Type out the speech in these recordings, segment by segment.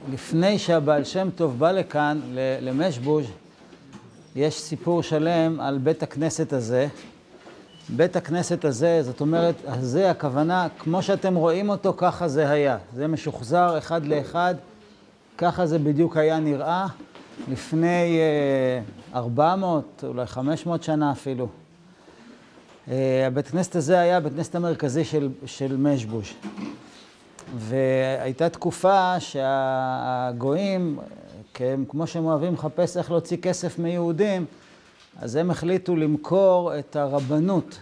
לפני שהבעל שם טוב בא לכאן, למשבוז', יש סיפור שלם על בית הכנסת הזה. בית הכנסת הזה, זאת אומרת, זה הכוונה, כמו שאתם רואים אותו, ככה זה היה. זה משוחזר אחד לאחד, ככה זה בדיוק היה נראה, לפני 400, אולי 500 שנה אפילו. הבית הכנסת הזה היה בית הכנסת המרכזי של משבוז'. והייתה תקופה שהגויים, כמו שהם אוהבים לחפש איך להוציא כסף מיהודים, אז הם החליטו למכור את הרבנות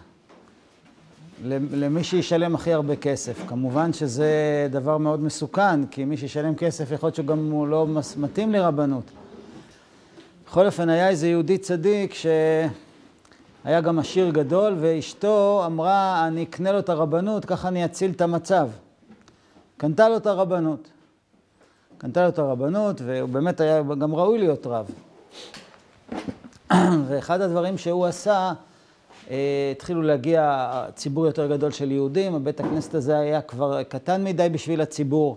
למי שישלם הכי הרבה כסף. כמובן שזה דבר מאוד מסוכן, כי מי שישלם כסף יכול להיות שגם הוא לא מתאים לרבנות. בכל אופן היה איזה יהודי צדיק שהיה גם עשיר גדול, ואשתו אמרה, אני אקנה לו את הרבנות, ככה אני אציל את המצב. קנתה לו את הרבנות. קנתה לו את הרבנות, והוא באמת היה גם ראוי להיות רב. ואחד הדברים שהוא עשה, התחילו להגיע ציבור יותר גדול של יהודים, הבית הכנסת הזה היה כבר קטן מדי בשביל הציבור,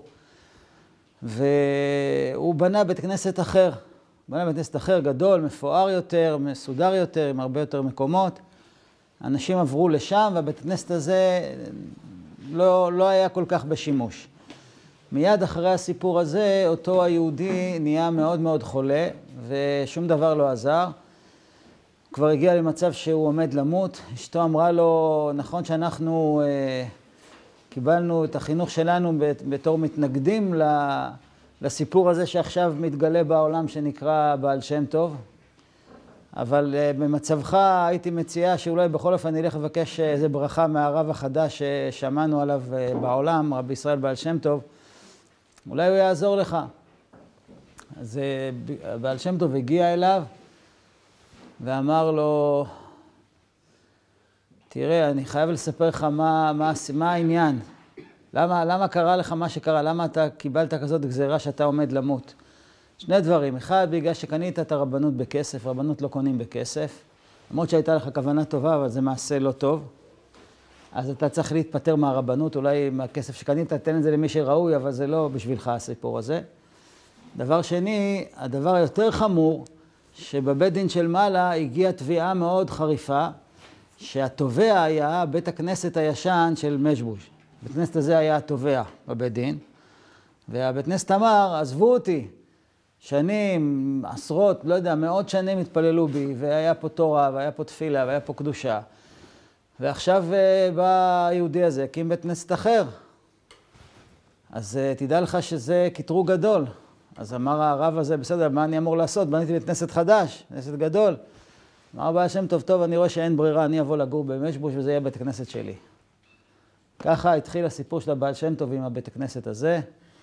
והוא בנה בית כנסת אחר. בנה בית כנסת אחר, גדול, מפואר יותר, מסודר יותר, עם הרבה יותר מקומות. אנשים עברו לשם, והבית כנסת הזה לא היה כל כך בשימוש. מיד אחרי הסיפור הזה, אותו היהודי נהיה מאוד מאוד חולה, ושום דבר לא עזר. כבר הגיע למצב שהוא עומד למות. אשתו אמרה לו, נכון שאנחנו קיבלנו את החינוך שלנו בתור מתנגדים לסיפור הזה שעכשיו מתגלה בעולם שנקרא בעל שם טוב, אבל במצבך הייתי מציעה שאולי בכל אופן נלך לבקש איזה ברכה מהרב החדש ששמענו עליו בעולם, רבי ישראל בעל שם טוב, אולי הוא יעזור לך. אז בעל שם טוב הגיע אליו ואמר לו, תראה, אני חייב לספר לך מה העניין. למה קרה לך מה שקרה? למה אתה קיבלת כזאת גזירה שאתה עומד למות? שני דברים. אחד, בגלל שקנית את הרבנות בכסף, רבנות לא קונים בכסף. למרות שהייתה לך כוונה טובה, אבל זה מעשה לא טוב. אז אתה צריך להתפטר מהרבנות, אולי מהכסף שקנית, תן את זה למי שראוי, אבל זה לא בשבילך הסיפור הזה. דבר שני, הדבר היותר חמור, שבבית דין של מעלה הגיעה תביעה מאוד חריפה, שהתובע היה בית הכנסת הישן של משבוז'. בית הכנסת הזה היה התובע בבית דין, והבית הכנסת אמר, עזבו אותי, שנים, עשרות, לא יודע, מאות שנים התפללו בי, והיה פה תורה, והיה פה תפילה, והיה פה קדושה. ועכשיו בא היהודי הזה, הקים בית כנסת אחר. אז תדע לך שזה קטרוג גדול. אז אמר הרב הזה, בסדר, מה אני אמור לעשות? בניתי בית כנסת חדש, כנסת גדול. אמר בעל שם טוב, טוב, אני רואה שאין ברירה, אני אבוא לגור במשבוז' וזה יהיה בית הכנסת שלי. ככה התחיל הסיפור של הבעל שם טוב עם הבית הכנסת הזה.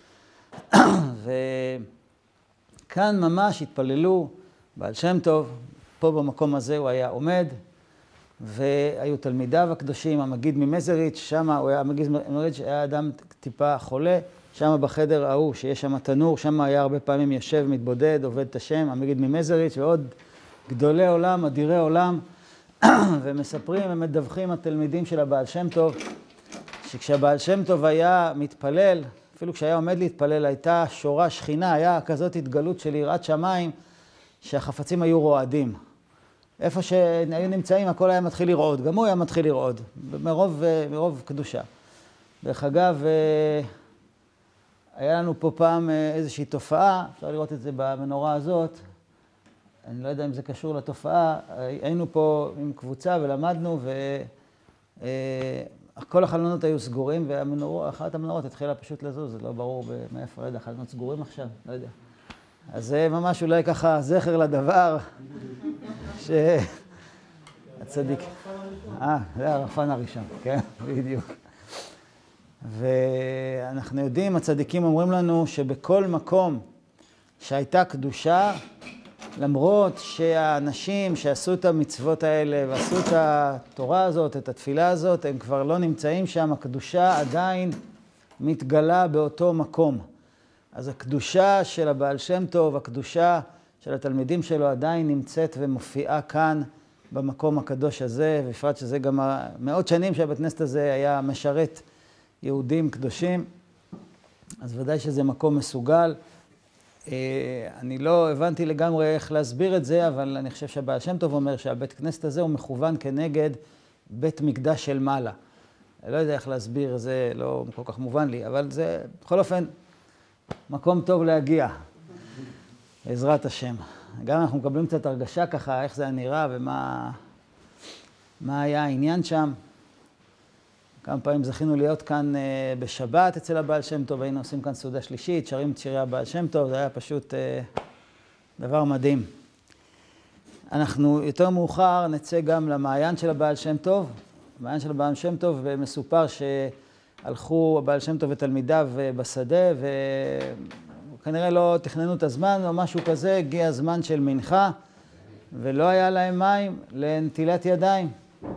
וכאן ממש התפללו בעל שם טוב, פה במקום הזה הוא היה עומד, והיו תלמידיו הקדושים, המגיד ממזריץ', שם הוא היה, המגיד ממזריץ' היה אדם טיפה חולה, שם בחדר ההוא, שיש שם תנור, שם היה הרבה פעמים יושב, מתבודד, עובד את השם, המגיד ממזריץ' ועוד גדולי עולם, אדירי עולם, ומספרים ומדווחים התלמידים של הבעל שם טוב, שכשהבעל שם טוב היה מתפלל, אפילו כשהיה עומד להתפלל, הייתה שורה שכינה, היה כזאת התגלות של יראת שמיים, שהחפצים היו רועדים. איפה שהיו נמצאים, הכל היה מתחיל לרעוד, גם הוא היה מתחיל לרעוד, מרוב קדושה. דרך אגב, היה לנו פה פעם איזושהי תופעה, אפשר לראות את זה במנורה הזאת, אני לא יודע אם זה קשור לתופעה, היינו פה עם קבוצה ולמדנו, כל החלונות היו סגורים, ואחת המנורות התחילה פשוט לזוז, זה לא ברור מאיפה, לא יודע, החלונות סגורים עכשיו, לא יודע. אז זה ממש אולי ככה זכר לדבר, שהצדיק... זה הרחפן הראשון, כן, בדיוק. ואנחנו יודעים, הצדיקים אומרים לנו שבכל מקום שהייתה קדושה, למרות שהאנשים שעשו את המצוות האלה ועשו את התורה הזאת, את התפילה הזאת, הם כבר לא נמצאים שם, הקדושה עדיין מתגלה באותו מקום. אז הקדושה של הבעל שם טוב, הקדושה של התלמידים שלו עדיין נמצאת ומופיעה כאן במקום הקדוש הזה, בפרט שזה גם מאות שנים שהבית כנסת הזה היה משרת יהודים קדושים, אז ודאי שזה מקום מסוגל, אני לא הבנתי לגמרי איך להסביר את זה, אבל אני חושב שהבעל שם טוב אומר שהבית כנסת הזה הוא מכוון כנגד בית מקדש של מעלה. אני לא יודע איך להסביר, זה לא כל כך מובן לי, אבל זה בכל אופן מקום טוב להגיע, בעזרת השם. גם אנחנו מקבלים קצת הרגשה ככה, איך זה היה נראה ומה היה העניין שם. כמה פעמים זכינו להיות כאן בשבת אצל הבעל שם טוב, היינו עושים כאן סעודה שלישית, שרים את שירי הבעל שם טוב, זה היה פשוט דבר מדהים. אנחנו יותר מאוחר נצא גם למעיין של הבעל שם טוב. המעיין של הבעל שם טוב מסופר שהלכו הבעל שם טוב ותלמידיו בשדה, וכנראה לא תכננו את הזמן או משהו כזה, הגיע הזמן של מנחה, ולא היה להם מים לנטילת ידיים.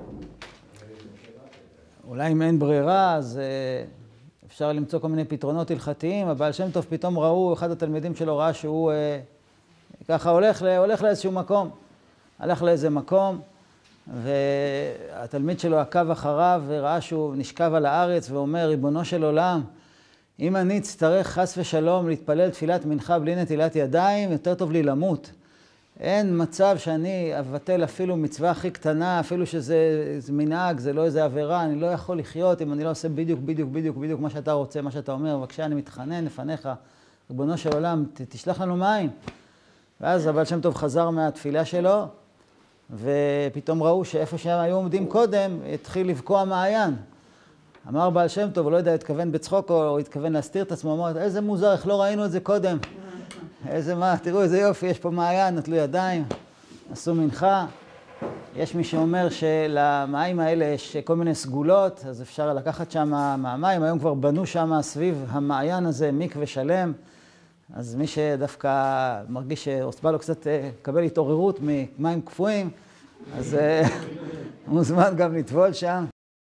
אולי אם אין ברירה, אז אפשר למצוא כל מיני פתרונות הלכתיים. הבעל שם טוב פתאום ראו, אחד התלמידים שלו ראה שהוא ככה הולך לאיזשהו מקום. הלך לאיזה מקום, והתלמיד שלו עקב אחריו וראה שהוא נשכב על הארץ ואומר, ריבונו של עולם, אם אני אצטרך חס ושלום להתפלל תפילת מנחה בלי נטילת ידיים, יותר טוב לי למות. אין מצב שאני אבטל אפילו מצווה הכי קטנה, אפילו שזה מנהג, זה לא איזה עבירה, אני לא יכול לחיות אם אני לא עושה בדיוק מה שאתה רוצה, מה שאתה אומר, בבקשה אני מתחנן לפניך, ריבונו של עולם, תשלח לנו מים. ואז הבעל שם טוב חזר מהתפילה שלו, ופתאום ראו שאיפה שהם היו עומדים קודם, התחיל לבקוע מעיין. אמר בעל שם טוב, הוא לא יודע, התכוון בצחוק או התכוון להסתיר את עצמו, אמר, איזה מוזר, איך לא ראינו את זה קודם? תראו איזה יופי, יש פה מעיין, נטלו ידיים, עשו מנחה. יש מי שאומר שלמים האלה יש כל מיני סגולות, אז אפשר לקחת שם מהמים, היום כבר בנו שם סביב המעיין הזה מקווה שלם, אז מי שדווקא מרגיש שבא לו קצת לקבל התעוררות ממים קפואים, אז מוזמן גם לטבול שם.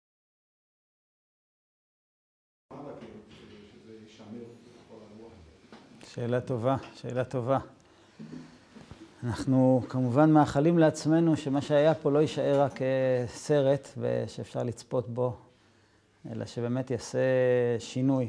שאלה טובה. אנחנו כמובן מאחלים לעצמנו שמה שהיה פה לא יישאר רק סרט ושאפשר לצפות בו, אלא שבאמת יעשה שינוי.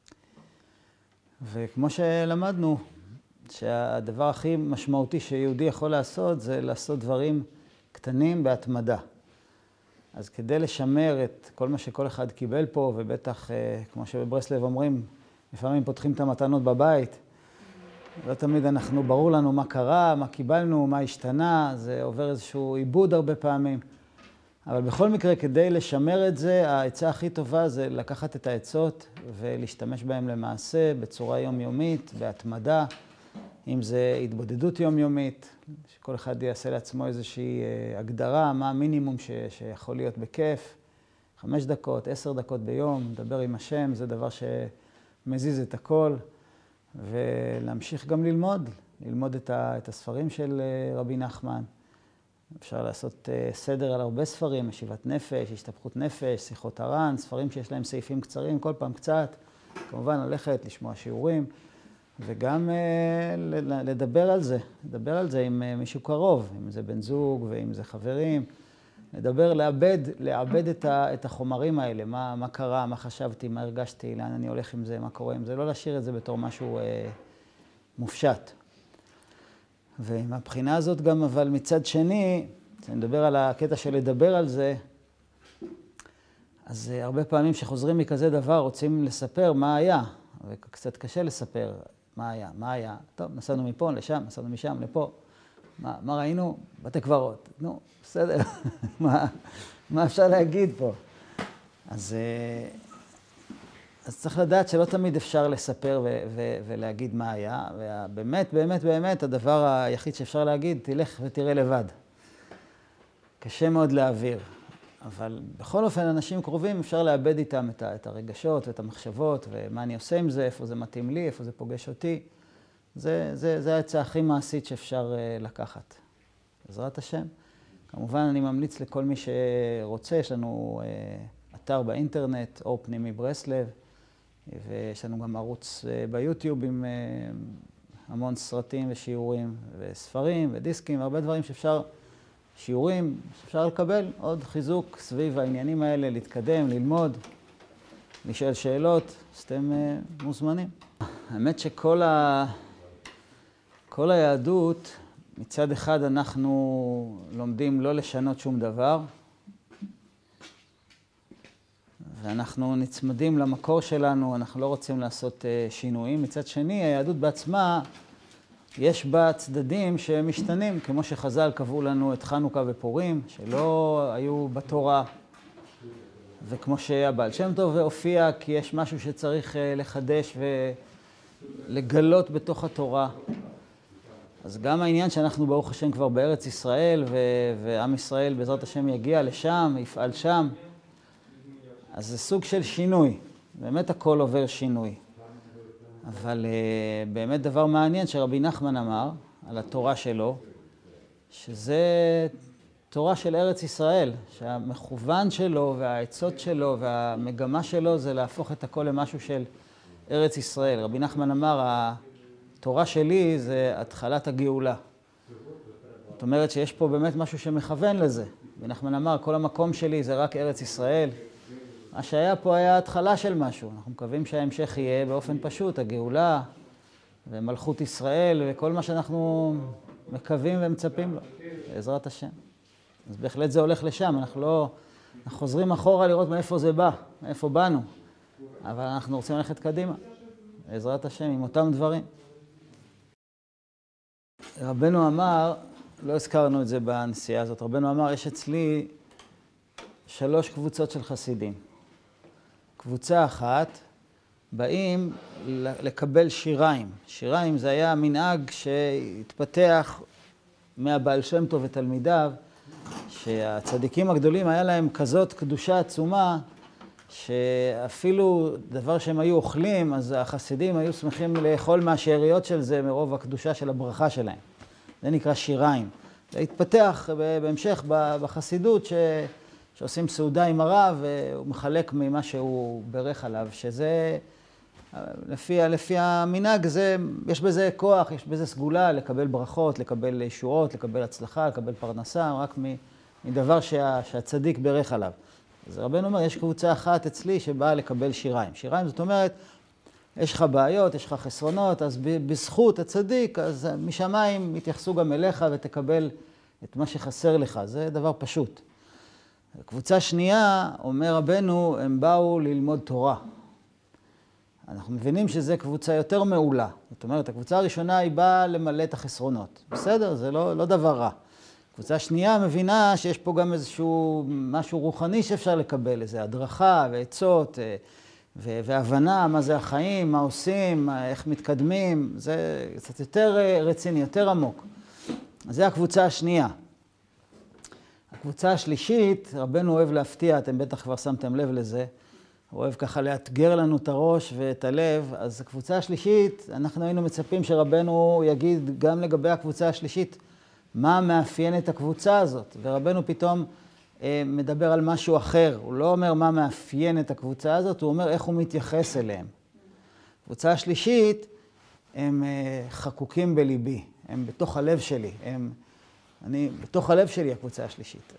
וכמו שלמדנו, שהדבר הכי משמעותי שיהודי יכול לעשות זה לעשות דברים קטנים בהתמדה. אז כדי לשמר את כל מה שכל אחד קיבל פה, ובטח, כמו שבברסלב אומרים, לפעמים פותחים את המתנות בבית, לא תמיד ברור לנו מה קרה, מה קיבלנו, מה השתנה, זה עובר איזשהו עיבוד הרבה פעמים. אבל בכל מקרה, כדי לשמר את זה, העצה הכי טובה זה לקחת את העצות ולהשתמש בהם למעשה בצורה יומיומית, בהתמדה, אם זה התבודדות יומיומית, שכל אחד יעשה לעצמו איזושהי הגדרה, מה המינימום שיכול להיות בכיף, 5 דקות, 10 דקות ביום, לדבר עם השם, זה דבר שמזיז את הכל. ולהמשיך גם ללמוד את הספרים של רבי נחמן. אפשר לעשות סדר על הרבה ספרים, ישיבת נפש, השתפכות נפש, שיחות הר"ן, ספרים שיש להם סעיפים קצרים, כל פעם קצת. כמובן ללכת, לשמוע שיעורים, וגם לדבר על זה עם מישהו קרוב, אם זה בן זוג ואם זה חברים. לעבד את החומרים האלה, מה קרה, מה חשבתי, מה הרגשתי, לאן אני הולך עם זה, מה קורה עם זה, לא להשאיר את זה בתור משהו מופשט. ומהבחינה הזאת גם, אבל מצד שני, אני מדבר על הקטע של לדבר על זה, אז הרבה פעמים שחוזרים מכזה דבר רוצים לספר מה היה, וקצת קשה לספר מה היה. טוב, נסענו מפה לשם, נסענו משם לפה. מה ראינו? בתי קברות. נו, בסדר. מה אפשר להגיד פה? אז צריך לדעת שלא תמיד אפשר לספר ולהגיד מה היה. ובאמת, הדבר היחיד שאפשר להגיד, תלך ותראה לבד. קשה מאוד להעביר. אבל בכל אופן, אנשים קרובים אפשר לאבד איתם את הרגשות ואת המחשבות, ומה אני עושה עם זה, איפה זה מתאים לי, איפה זה פוגש אותי. זה העצה הכי מעשית שאפשר לקחת. בעזרת השם. כמובן, אני ממליץ לכל מי שרוצה, יש לנו אתר באינטרנט, אור פנימי ברסלב, ויש לנו גם ערוץ ביוטיוב עם המון סרטים ושיעורים וספרים ודיסקים, והרבה דברים שיעורים שאפשר לקבל, עוד חיזוק סביב העניינים האלה, להתקדם, ללמוד, לשאול שאלות, אז אתם מוזמנים. האמת שכל כל היהדות, מצד אחד אנחנו לומדים לא לשנות שום דבר, ואנחנו נצמדים למקור שלנו, אנחנו לא רוצים לעשות שינויים. מצד שני, היהדות בעצמה, יש בה צדדים שמשתנים, כמו שחז"ל קבעו לנו את חנוכה ופורים, שלא היו בתורה, וכמו שהבעל שם טוב הופיע, כי יש משהו שצריך לחדש ולגלות בתוך התורה. אז גם העניין שאנחנו ברוך השם כבר בארץ ישראל, ועם ישראל בעזרת השם יגיע לשם, יפעל שם, אז זה סוג של שינוי. באמת הכל עובר שינוי. אבל באמת דבר מעניין שרבי נחמן אמר על התורה שלו, שזה תורה של ארץ ישראל, שהמכוון שלו והעצות שלו והמגמה שלו זה להפוך את הכל למשהו של ארץ ישראל. רבי נחמן אמר, התורה שלי זה התחלת הגאולה. זאת אומרת שיש פה באמת משהו שמכוון לזה. רבי נחמן אמר, כל המקום שלי זה רק ארץ ישראל. מה שהיה פה היה התחלה של משהו. אנחנו מקווים שההמשך יהיה באופן פשוט, הגאולה ומלכות ישראל וכל מה שאנחנו מקווים ומצפים לו, בעזרת השם. אז בהחלט זה הולך לשם, אנחנו חוזרים אחורה לראות מאיפה זה בא, מאיפה באנו, אבל אנחנו רוצים ללכת קדימה, בעזרת השם, עם אותם דברים. רבנו אמר, לא הזכרנו את זה בנסיעה הזאת, רבנו אמר, יש אצלי 3 קבוצות של חסידים. קבוצה אחת, באים לקבל שיריים. שיריים זה היה מנהג שהתפתח מהבעל שם טוב ותלמידיו, שהצדיקים הגדולים היה להם כזאת קדושה עצומה, שאפילו דבר שהם היו אוכלים, אז החסידים היו שמחים לאכול מהשאריות של זה מרוב הקדושה של הברכה שלהם. זה נקרא שיריים. זה התפתח בהמשך בחסידות שעושים סעודה עם הרב, והוא מחלק ממה שהוא ברך עליו, שזה לפי המנהג, יש בזה כוח, יש בזה סגולה לקבל ברכות, לקבל ישועות, לקבל הצלחה, לקבל פרנסה, רק מדבר שהצדיק ברך עליו. אז רבנו אומר, יש קבוצה אחת אצלי שבאה לקבל שיריים. שיריים זאת אומרת, יש לך בעיות, יש לך חסרונות, אז בזכות הצדיק, אז משמיים יתייחסו גם אליך ותקבל את מה שחסר לך. זה דבר פשוט. קבוצה שנייה, אומר רבנו, הם באו ללמוד תורה. אנחנו מבינים שזו קבוצה יותר מעולה. זאת אומרת, הקבוצה הראשונה היא באה למלא את החסרונות. בסדר, זה לא דבר רע. קבוצה שנייה מבינה שיש פה גם איזשהו משהו רוחני שאפשר לקבל, איזו הדרכה ועצות והבנה מה זה החיים, מה עושים, איך מתקדמים. זה קצת יותר רציני, יותר עמוק. אז זו הקבוצה השנייה. הקבוצה השלישית, רבנו אוהב להפתיע, אתם בטח כבר שמתם לב לזה, הוא אוהב ככה לאתגר לנו את הראש ואת הלב. אז הקבוצה השלישית, אנחנו היינו מצפים שרבנו יגיד גם לגבי הקבוצה השלישית, מה מאפיין את הקבוצה הזאת. ורבנו פתאום מדבר על משהו אחר. הוא לא אומר מה מאפיין את הקבוצה הזאת, הוא אומר איך הוא מתייחס אליהם. הקבוצה השלישית, הם חקוקים בליבי, הם בתוך הלב שלי. בתוך הלב שלי הקבוצה השלישית.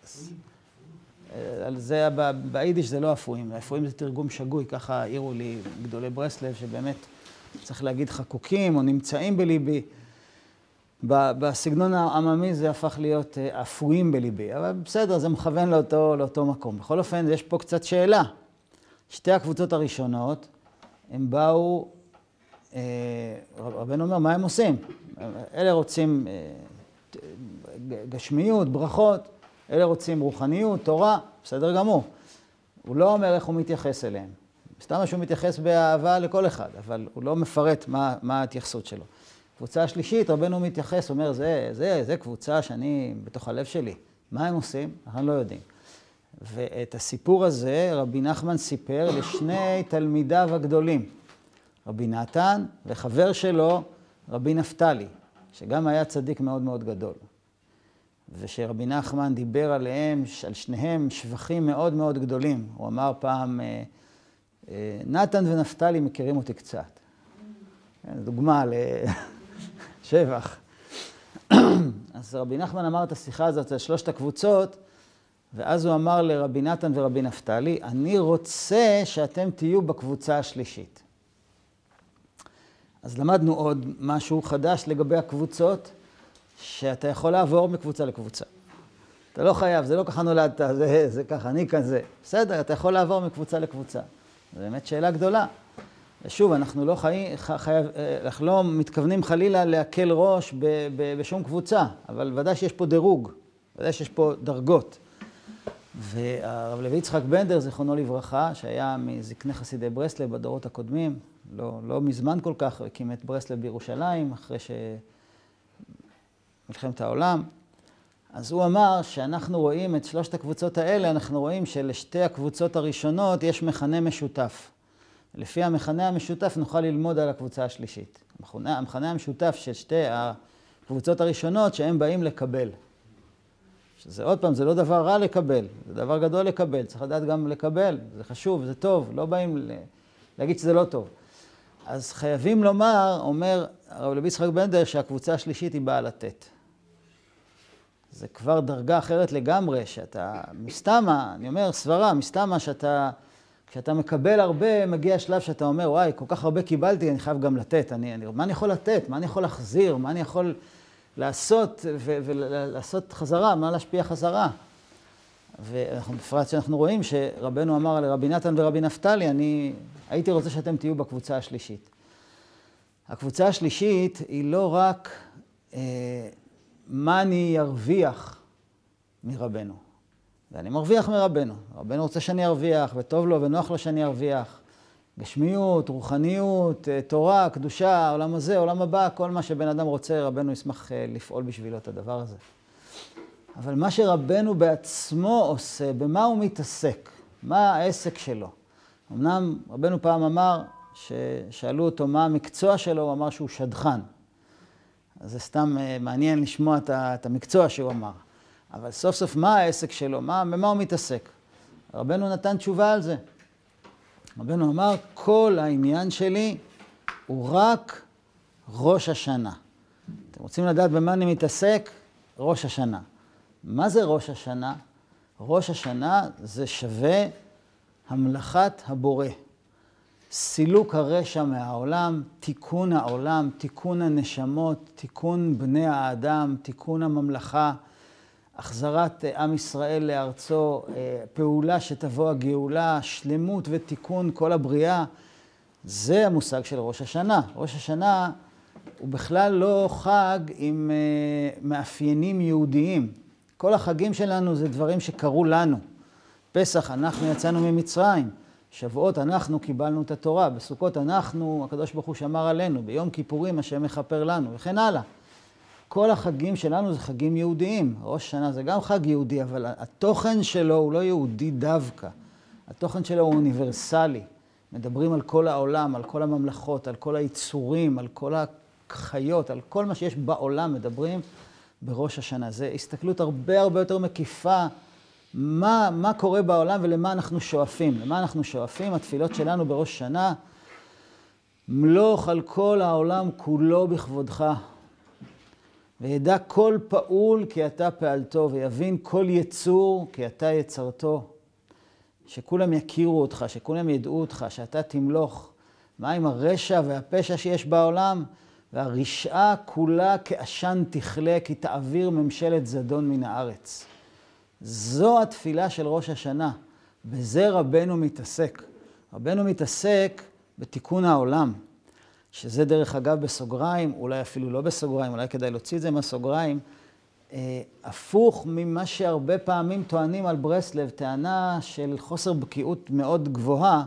על זה ביידיש זה לא אפויים. אפויים זה תרגום שגוי, ככה העירו לי גדולי ברסלב, שבאמת צריך להגיד חקוקים או נמצאים בליבי. בסגנון העממי זה הפך להיות אפויים בליבי, אבל בסדר, זה מכוון לאותו מקום. בכל אופן, יש פה קצת שאלה. שתי הקבוצות הראשונות, הם באו, רבנו אומר, מה הם עושים? אלה רוצים גשמיות, ברכות, אלה רוצים רוחניות, תורה, בסדר גמור. הוא לא אומר איך הוא מתייחס אליהם. סתם שהוא מתייחס באהבה לכל אחד, אבל הוא לא מפרט מה ההתייחסות שלו. קבוצה השלישית, רבנו מתייחס, אומר, זה קבוצה שאני בתוך הלב שלי. מה הם עושים? אנחנו לא יודעים. ואת הסיפור הזה רבי נחמן סיפר לשני תלמידיו הגדולים, רבי נתן וחבר שלו, רבי נפתלי, שגם היה צדיק מאוד מאוד גדול. ושרבי נחמן דיבר עליהם, על שניהם שבחים מאוד מאוד גדולים. הוא אמר פעם, נתן ונפתלי מכירים אותי קצת. דוגמה לשבח. אז רבי נחמן אמר את השיחה הזאת על שלושת הקבוצות, ואז הוא אמר לרבי נתן ורבי נפתלי, אני רוצה שאתם תהיו בקבוצה השלישית. אז למדנו עוד משהו חדש לגבי הקבוצות, שאתה יכול לעבור מקבוצה לקבוצה. אתה לא חייב, זה לא ככה נולדת, זה ככה, אני כזה. בסדר, אתה יכול לעבור מקבוצה לקבוצה. זו באמת שאלה גדולה. ושוב, אנחנו לא מתכוונים חלילה להקל ראש בשום קבוצה, אבל ודאי שיש פה דירוג, ודאי שיש פה דרגות. והרב לוי יצחק בנדר, זיכרונו לברכה, שהיה מזקני חסידי ברסלב בדורות הקודמים, לא מזמן כל כך, הקים את ברסלב בירושלים, אחרי מלחמת העולם. אז הוא אמר שאנחנו רואים את שלושת הקבוצות האלה, אנחנו רואים שלשתי הקבוצות הראשונות יש מכנה משותף. לפי המכנה המשותף נוכל ללמוד על הקבוצה השלישית. המכנה המשותף של שתי הקבוצות הראשונות שהם באים לקבל. שזה עוד פעם, זה לא דבר רע לקבל, זה דבר גדול לקבל, צריך לדעת גם לקבל, זה חשוב, זה טוב, לא באים להגיד שזה לא טוב. אז חייבים לומר, אומר הרב לוי יצחק בנדר, שהקבוצה השלישית היא באה לתת. זה כבר דרגה אחרת לגמרי, שאתה מסתמה, אני אומר סברה, מסתמה כשאתה מקבל הרבה, מגיע שלב שאתה אומר, וואי, כל כך הרבה קיבלתי, אני חייב גם לתת. מה אני יכול לתת? מה אני יכול להחזיר? מה אני יכול לעשות ולעשות חזרה? מה להשפיע חזרה? ואנחנו בפרט שאנחנו רואים שרבנו אמר לרבי נתן ורבי נפתלי, אני הייתי רוצה שאתם תהיו בקבוצה השלישית. הקבוצה השלישית היא לא רק מה אני ארוויח מרבנו. ואני מרוויח מרבנו. רבנו רוצה שאני ארוויח, וטוב לו ונוח לו שאני ארוויח. גשמיות, רוחניות, תורה, קדושה, עולם הזה, עולם הבא, כל מה שבן אדם רוצה, רבנו ישמח לפעול בשבילו את הדבר הזה. אבל מה שרבנו בעצמו עושה, במה הוא מתעסק? מה העסק שלו? אמנם רבנו פעם אמר, ששאלו אותו מה המקצוע שלו, הוא אמר שהוא שדכן. אז זה סתם מעניין לשמוע את המקצוע שהוא אמר. אבל סוף סוף מה העסק שלו? במה הוא מתעסק? רבנו נתן תשובה על זה. רבנו אמר, כל העניין שלי הוא רק ראש השנה. אתם רוצים לדעת במה אני מתעסק? ראש השנה. מה זה ראש השנה? ראש השנה זה שווה המלאכת הבורא. סילוק הרשע מהעולם, תיקון העולם, תיקון הנשמות, תיקון בני האדם, תיקון הממלכה, החזרת עם ישראל לארצו, פעולה שתבוא הגאולה, שלמות ותיקון כל הבריאה. זה המושג של ראש השנה. ראש השנה הוא בכלל לא חג עם מאפיינים יהודיים. כל החגים שלנו זה דברים שקרו לנו. פסח אנחנו יצאנו ממצרים. שבועות אנחנו קיבלנו את התורה. בסוכות אנחנו, הקדוש ברוך הוא שמר עלינו. ביום כיפורים השם מכפר לנו וכן הלאה. כל החגים שלנו זה חגים יהודיים. ראש השנה זה גם חג יהודי, אבל התוכן שלו הוא לא יהודי דווקא. התוכן שלו הוא אוניברסלי. מדברים על כל העולם, על כל הממלכות, על כל היצורים, על כל החיות, על כל מה שיש בעולם מדברים בראש השנה. זה הסתכלות הרבה יותר מקיפה. מה קורה בעולם ולמה אנחנו שואפים. למה אנחנו שואפים? התפילות שלנו בראש שנה. מלוך על כל העולם כולו בכבודך. וידע כל פעול כי אתה פעלתו, ויבין כל יצור כי אתה יצרתו. שכולם יכירו אותך, שכולם ידעו אותך, שאתה תמלוך. מה עם הרשע והפשע שיש בעולם? והרשעה כולה כעשן תכלה, כי תעביר ממשלת זדון מן הארץ. זו התפילה של ראש השנה. בזה רבנו מתעסק. רבנו מתעסק בתיקון העולם. שזה דרך אגב בסוגריים, אולי אפילו לא בסוגריים, אולי כדאי להוציא את זה מהסוגריים, הפוך ממה שהרבה פעמים טוענים על ברסלב, טענה של חוסר בקיאות מאוד גבוהה.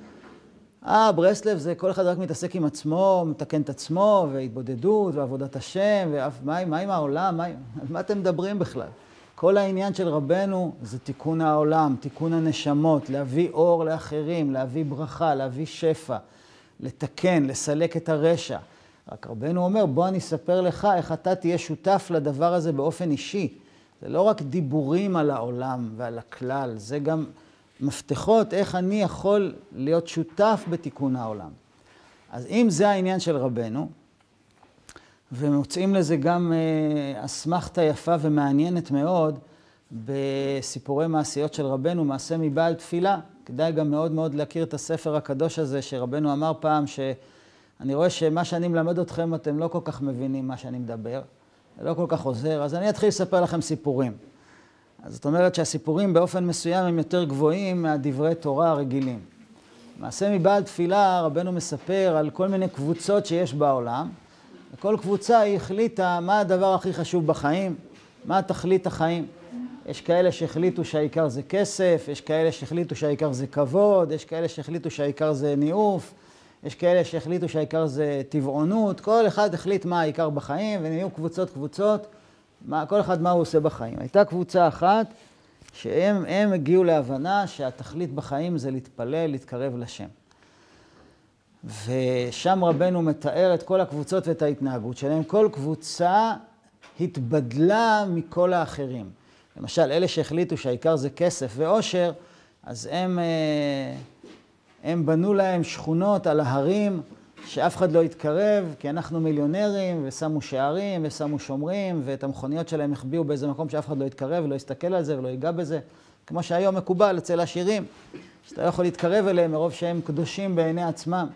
ברסלב זה כל אחד רק מתעסק עם עצמו, מתקן את עצמו, והתבודדות, ועבודת השם, ומה עם העולם, על מה אתם מדברים בכלל? כל העניין של רבנו זה תיקון העולם, תיקון הנשמות, להביא אור לאחרים, להביא ברכה, להביא שפע. לתקן, לסלק את הרשע. רק רבנו אומר, בוא אני אספר לך איך אתה תהיה שותף לדבר הזה באופן אישי. זה לא רק דיבורים על העולם ועל הכלל, זה גם מפתחות איך אני יכול להיות שותף בתיקון העולם. אז אם זה העניין של רבנו, ומוצאים לזה גם אסמכתה יפה ומעניינת מאוד, בסיפורי מעשיות של רבנו, מעשה מבעל תפילה, כדאי גם מאוד להכיר את הספר הקדוש הזה, שרבנו אמר פעם אני רואה שמה שאני מלמד אתכם, אתם לא כל כך מבינים מה שאני מדבר, זה לא כל כך עוזר, אז אני אתחיל לספר לכם סיפורים. אז זאת אומרת שהסיפורים באופן מסוים הם יותר גבוהים מהדברי תורה הרגילים. מעשה מבעל תפילה, רבנו מספר על כל מיני קבוצות שיש בעולם, וכל קבוצה היא החליטה מה הדבר הכי חשוב בחיים, מה תכלית החיים. יש כאלה שהחליטו שהעיקר זה כסף, יש כאלה שהחליטו שהעיקר זה כבוד, יש כאלה שהחליטו שהעיקר זה ניאוף, יש כאלה שהחליטו שהעיקר זה טבעונות, כל אחד החליט מה העיקר בחיים, ונהיו קבוצות, כל אחד מה הוא עושה בחיים. הייתה קבוצה אחת שהם הגיעו להבנה שהתכלית בחיים זה להתפלל, להתקרב לשם. ושם רבנו מתאר את כל הקבוצות ואת ההתנהגות שלהם. כל קבוצה התבדלה מכל האחרים. למשל, אלה שהחליטו שהעיקר זה כסף ועושר, אז הם בנו להם שכונות על ההרים שאף אחד לא יתקרב, כי אנחנו מיליונרים, ושמו שערים, ושמו שומרים, ואת המכוניות שלהם החביאו באיזה מקום שאף אחד לא יתקרב, ולא יסתכל על זה ולא ייגע בזה. כמו שהיום מקובל אצל עשירים, שאתה לא יכול להתקרב אליהם מרוב שהם קדושים בעיני עצמם.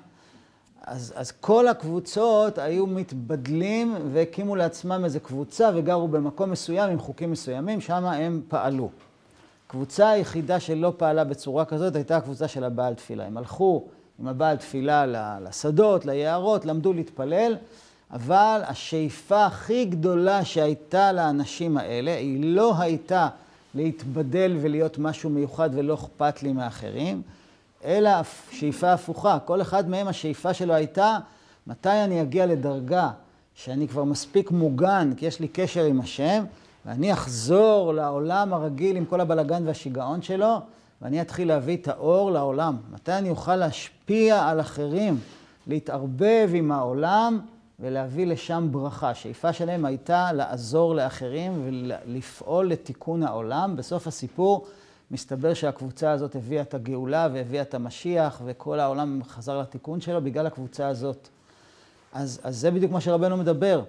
אז כל הקבוצות היו מתבדלים והקימו לעצמם איזו קבוצה וגרו במקום מסוים עם חוקים מסוימים, שם הם פעלו. הקבוצה היחידה שלא פעלה בצורה כזאת הייתה הקבוצה של הבעל תפילה. הם הלכו עם הבעל תפילה לשדות, ליערות, למדו להתפלל, אבל השאיפה הכי גדולה שהייתה לאנשים האלה, היא לא הייתה להתבדל ולהיות משהו מיוחד ולא אכפת לי מאחרים, אלא שאיפה הפוכה. כל אחד מהם השאיפה שלו הייתה, מתי אני אגיע לדרגה שאני כבר מספיק מוגן, כי יש לי קשר עם השם, ואני אחזור לעולם הרגיל עם כל הבלגן והשיגעון שלו, ואני אתחיל להביא את האור לעולם. מתי אני אוכל להשפיע על אחרים, להתערבב עם העולם ולהביא לשם ברכה. השאיפה שלהם הייתה לעזור לאחרים ולפעול לתיקון העולם. בסוף הסיפור מסתבר שהקבוצה הזאת הביאה את הגאולה והביאה את המשיח, וכל העולם חזר לתיקון שלו בגלל הקבוצה הזאת. אז זה בדיוק מה שרבנו מדבר.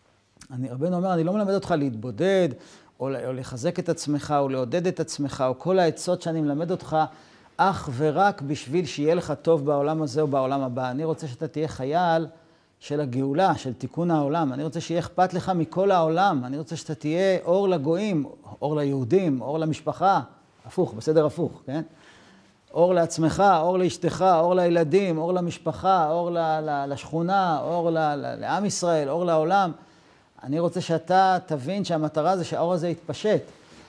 רבנו אומר, אני לא מלמד אותך להתבודד, או לחזק את עצמך, או לעודד את עצמך, או כל העצות שאני מלמד אותך, אך ורק בשביל שיהיה לך טוב בעולם הזה או בעולם הבא. אני רוצה שאתה תהיה חייל של הגאולה, של תיקון העולם. אני רוצה שיהיה אכפת לך מכל העולם. אני רוצה שאתה תהיה אור לגויים, אור ליהודים, אור למשפחה. הפוך, בסדר הפוך, כן? אור לעצמך, אור לאשתך, אור לילדים, אור למשפחה, אור לשכונה, אור לעם ישראל, אור לעולם. אני רוצה שאתה תבין שהמטרה זה שהאור הזה יתפשט.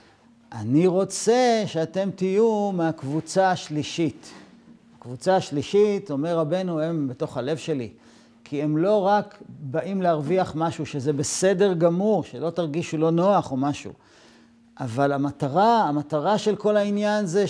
אני רוצה שאתם תהיו מהקבוצה השלישית. הקבוצה השלישית, אומר רבנו, הם בתוך הלב שלי. כי הם לא רק באים להרוויח משהו שזה בסדר גמור, שלא תרגישו לא נוח או משהו. אבל המטרה של כל העניין זה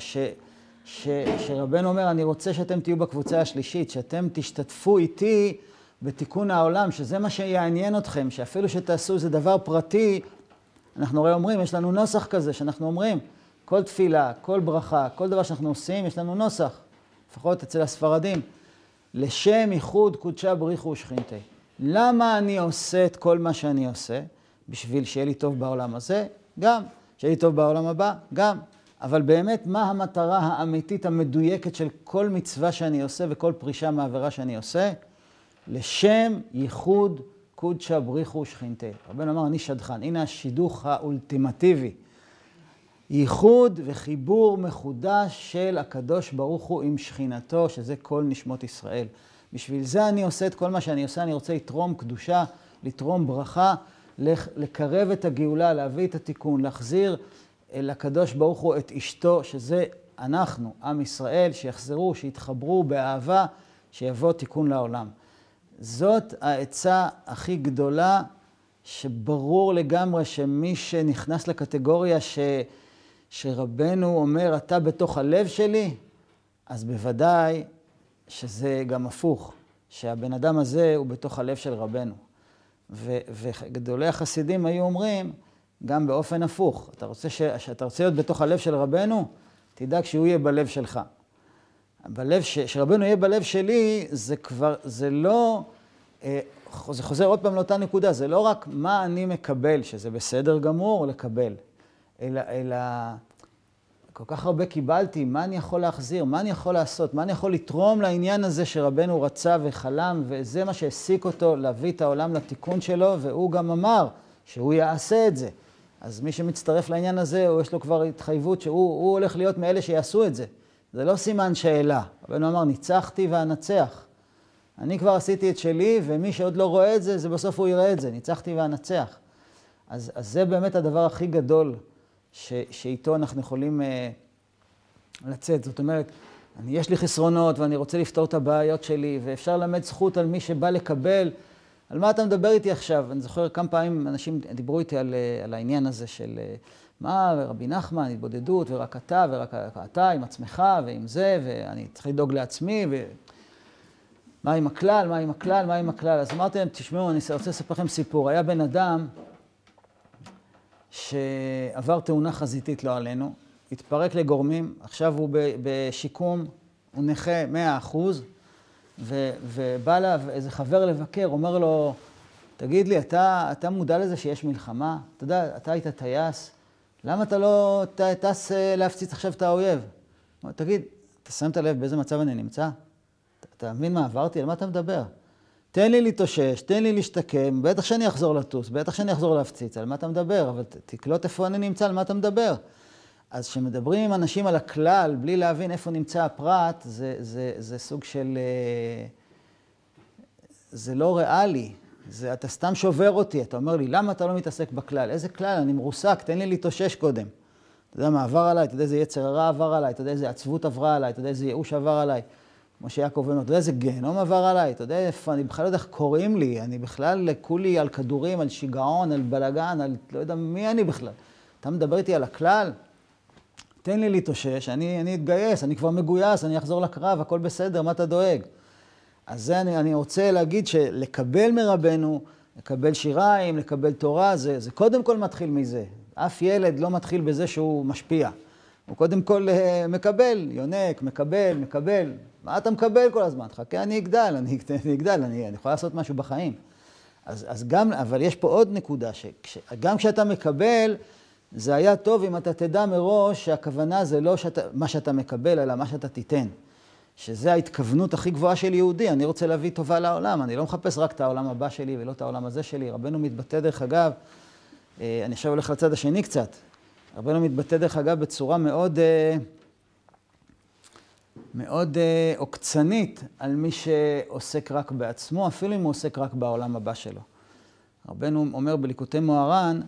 שרבנו אומר, אני רוצה שאתם תהיו בקבוצה השלישית, שאתם תשתתפו איתי בתיקון העולם, שזה מה שיעניין אתכם, שאפילו שתעשו איזה דבר פרטי, אנחנו הרי אומרים, יש לנו נוסח כזה, שאנחנו אומרים, כל תפילה, כל ברכה, כל דבר שאנחנו עושים, יש לנו נוסח, לפחות אצל הספרדים, לשם ייחוד קודשה בריחו ושכינתי. למה אני עושה את כל מה שאני עושה? בשביל שיהיה לי טוב בעולם הזה? גם. שיהיה לי טוב בעולם הבא? גם. אבל באמת, מה המטרה האמיתית המדויקת של כל מצווה שאני עושה וכל פרישה מעבירה שאני עושה? לשם ייחוד קודשה בריחו ושכינתי. רבנו אמר, אני שדכן. הנה השידוך האולטימטיבי. ייחוד וחיבור מחודש של הקדוש ברוך הוא עם שכינתו, שזה כל נשמות ישראל. בשביל זה אני עושה את כל מה שאני עושה, אני רוצה לתרום קדושה, לתרום ברכה, לקרב את הגאולה, להביא את התיקון, להחזיר אל הקדוש ברוך הוא את אשתו, שזה אנחנו, עם ישראל, שיחזרו, שיתחברו באהבה, שיבוא תיקון לעולם. זאת העצה הכי גדולה, שברור לגמרי שמי שנכנס לקטגוריה שרבנו אומר, אתה בתוך הלב שלי, אז בוודאי שזה גם הפוך, שהבן אדם הזה הוא בתוך הלב של רבנו. וגדולי החסידים היו אומרים, גם באופן הפוך, אתה רוצה להיות בתוך הלב של רבנו, תדאג שהוא יהיה בלב שלך. שרבנו יהיה בלב שלי, זה לא, זה חוזר עוד פעם לאותה נקודה, זה לא רק מה אני מקבל, שזה בסדר גמור לקבל, אלא כל כך הרבה קיבלתי, מה אני יכול להחזיר? מה אני יכול לעשות? מה אני יכול לתרום לעניין הזה שרבנו רצה וחלם, וזה מה שהעסיק אותו להביא את העולם לתיקון שלו, והוא גם אמר שהוא יעשה את זה. אז מי שמצטרף לעניין הזה, יש לו כבר התחייבות שהוא הולך להיות מאלה שיעשו את זה. זה לא סימן שאלה. רבנו אמר, ניצחתי ואנצח. אני כבר עשיתי את שלי, ומי שעוד לא רואה את זה, זה בסוף הוא יראה את זה. ניצחתי ואנצח. אז זה באמת הדבר הכי גדול שאיתו אנחנו יכולים לצאת. זאת אומרת, יש לי חסרונות ואני רוצה לפתור את הבעיות שלי, ואפשר ללמד זכות על מי שבא לקבל. על מה אתה מדבר איתי עכשיו? אני זוכר כמה פעמים אנשים דיברו איתי על העניין הזה של מה, רבי נחמן, התבודדות, ורק אתה עם עצמך ועם זה, ואני צריך לדאוג לעצמי, מה עם הכלל, מה עם הכלל, מה עם הכלל. אז אמרתי להם, תשמעו, אני רוצה לספר לכם סיפור. היה בן אדם שעבר תאונה חזיתית לא עלינו, התפרק לגורמים, עכשיו הוא בשיקום, הוא נכה 100%, ובא לה איזה חבר לבקר, אומר לו, תגיד לי, אתה מודע לזה שיש מלחמה? אתה יודע, אתה היית טייס, למה אתה לא טס להפציץ עכשיו את האויב? תגיד, אתה שמת לב באיזה מצב אני נמצא? אתה מבין מה עברתי? על מה אתה מדבר? תן לי להתאושש, תן לי להשתקם, בטח שאני אחזור לטוס, בטח שאני אחזור להפציץ, על מה אתה מדבר? אבל תקלוט איפה אני נמצא, על מה אתה מדבר? אז כשמדברים עם אנשים על הכלל, בלי להבין איפה נמצא הפרט, זה סוג של... זה לא ריאלי. אתה סתם שובר אותי, אתה אומר לי, למה אתה לא מתעסק בכלל? איזה כלל? אני מרוסק, תן לי להתאושש קודם. אתה יודע מה עבר עליי, אתה יודע איזה יצר הרע עבר עליי, אתה יודע איזה עצבות עברה עליי, אתה יודע איזה ייאוש עבר עליי. כמו שיעקב אומר, אתה יודע איזה גיהנום עבר עליי, אתה יודע איפה, אני בכלל לא יודע איך קוראים לי, אני בכלל כולי על כדורים, על שיגעון, על בלגן, על לא יודע מי אני בכלל. אתה מדבר איתי על הכלל? תן לי להתאושש, אני אתגייס, אני כבר מגויס, אני אחזור לקרב, הכל בסדר, מה אתה דואג? אז זה אני רוצה להגיד שלקבל מרבנו, לקבל שיריים, לקבל תורה, זה קודם כל מתחיל מזה. אף ילד לא מתחיל בזה שהוא משפיע. הוא קודם כל מקבל, יונק, מקבל. מה אתה מקבל כל הזמן? חכה, אני אגדל, אני יכול לעשות משהו בחיים. אז גם, אבל יש פה עוד נקודה, שגם כשאתה מקבל, זה היה טוב אם אתה תדע מראש שהכוונה זה לא מה שאתה מקבל, אלא מה שאתה תיתן. שזה ההתכוונות הכי גבוהה של יהודי. אני רוצה להביא טובה לעולם. אני לא מחפש רק את העולם הבא שלי ולא את העולם הזה שלי. רבנו מתבטא דרך אגב, אני עכשיו הולך לצד השני קצת. רבנו מתבטא דרך אגב בצורה מאוד עוקצנית על מי שעוסק רק בעצמו, אפילו אם הוא עוסק רק בעולם הבא שלו. רבנו אומר בליקוטי מוהר"ן,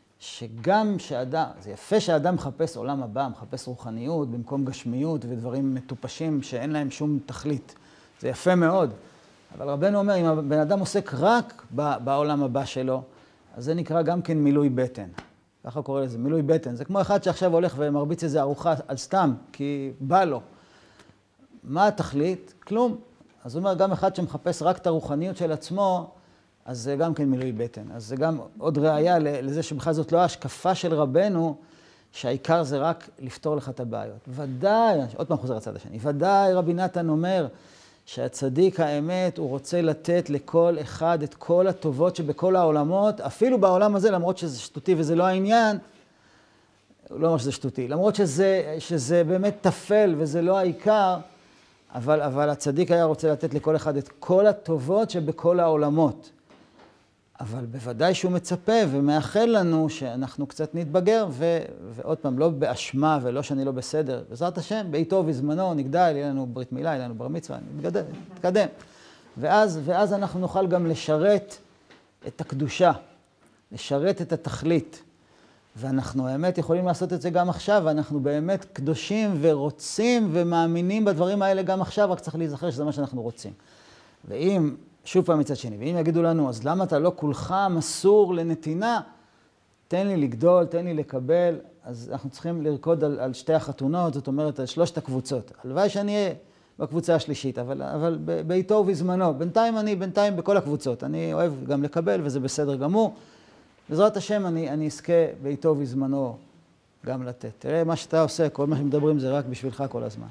שגם שאדם, זה יפה שאדם מחפש עולם הבא, מחפש רוחניות במקום גשמיות ודברים מטופשים שאין להם שום תכלית. זה יפה מאוד. אבל רבנו אומר, אם הבן אדם עוסק רק בעולם הבא שלו, אז זה נקרא גם כן מילוי בטן. ככה קורא לזה, מילוי בטן. זה כמו אחד שעכשיו הולך ומרביץ איזה ארוחה על סתם, כי בא לו. מה התכלית? כלום. אז הוא אומר, גם אחד שמחפש רק את הרוחניות של עצמו, אז זה גם כן מילוי בטן. אז זה גם עוד ראייה לזה שבכלל זאת לא ההשקפה של רבנו, שהעיקר זה רק לפתור לך את הבעיות. ודאי, עוד פעם חוזר לצד השני, ודאי רבי נתן אומר שהצדיק האמת הוא רוצה לתת לכל אחד את כל הטובות שבכל העולמות, אפילו בעולם הזה, למרות שזה שטותי וזה לא העניין, הוא לא אומר שזה שטותי, למרות שזה באמת תפל וזה לא העיקר, אבל הצדיק היה רוצה לתת לכל אחד את כל הטובות שבכל העולמות. אבל בוודאי שהוא מצפה ומאחל לנו שאנחנו קצת נתבגר, ועוד פעם, לא באשמה ולא שאני לא בסדר. בעזרת השם, בעיתו ובזמנו נגדל, יהיה לנו ברית מילה, יהיה לנו בר מצווה, נתקדם. ואז אנחנו נוכל גם לשרת את הקדושה, לשרת את התכלית. ואנחנו באמת יכולים לעשות את זה גם עכשיו, ואנחנו באמת קדושים ורוצים ומאמינים בדברים האלה גם עכשיו, רק צריך להיזכר שזה מה שאנחנו רוצים. ואם, שוב פעם מצד שני, ואם יגידו לנו, אז למה אתה לא כולך מסור לנתינה? תן לי לגדול, תן לי לקבל, אז אנחנו צריכים לרקוד על שתי החתונות, זאת אומרת, על שלושת הקבוצות. הלוואי שאני אהיה בקבוצה השלישית, אבל בעיתו ובזמנו. בינתיים בכל הקבוצות. אני אוהב גם לקבל, וזה בסדר גמור. בעזרת השם אני אזכה בעיתו ובזמנו גם לתת. תראה, מה שאתה עושה, כל מה שמדברים זה רק בשבילך כל הזמן.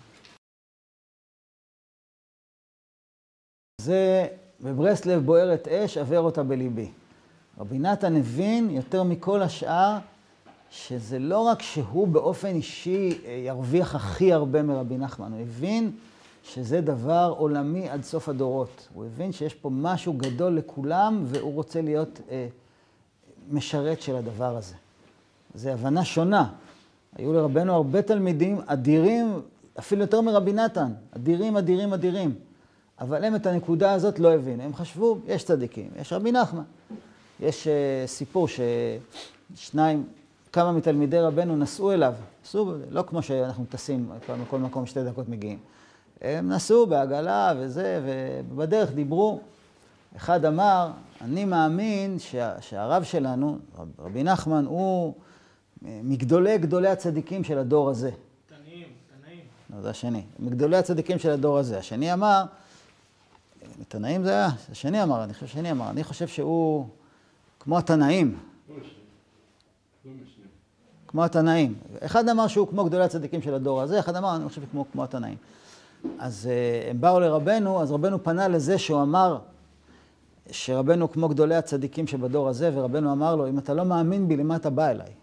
זה בברסלב בוערת אש, עבר אותה בליבי. רבי נתן הבין יותר מכל השאר שזה לא רק שהוא באופן אישי ירוויח הכי הרבה מרבי נחמן, הוא הבין שזה דבר עולמי עד סוף הדורות. הוא הבין שיש פה משהו גדול לכולם, והוא רוצה להיות משרת של הדבר הזה. זו הבנה שונה. היו לרבנו הרבה תלמידים אדירים, אפילו יותר מרבי נתן, אדירים, אדירים, אדירים. אבל הם את הנקודה הזאת לא הבינו. הם חשבו, יש צדיקים, יש רבי נחמן. יש סיפור ששניים, כמה מתלמידי רבנו נסעו אליו. נסעו, לא כמו שאנחנו טסים, מכל מקום 2 דקות מגיעים. הם נסעו בעגלה וזה, ובדרך דיברו. אחד אמר, אני מאמין שהרב שלנו, רבי נחמן, הוא מגדולי הצדיקים של הדור הזה. תנאים. לא, זה השני. מגדולי הצדיקים של הדור הזה. השני אמר, תנאים זה היה, השני אמר, אני חושב שהוא כמו התנאים. כמו התנאים. אחד אמר שהוא כמו גדולי הצדיקים של הדור הזה, אחד אמר, אני חושב כמו התנאים. אז הם באו לרבנו, אז רבנו פנה לזה שהוא אמר שרבנו כמו גדולי הצדיקים שבדור הזה, ורבנו אמר לו, אם אתה לא מאמין בי, למה אתה בא אליי?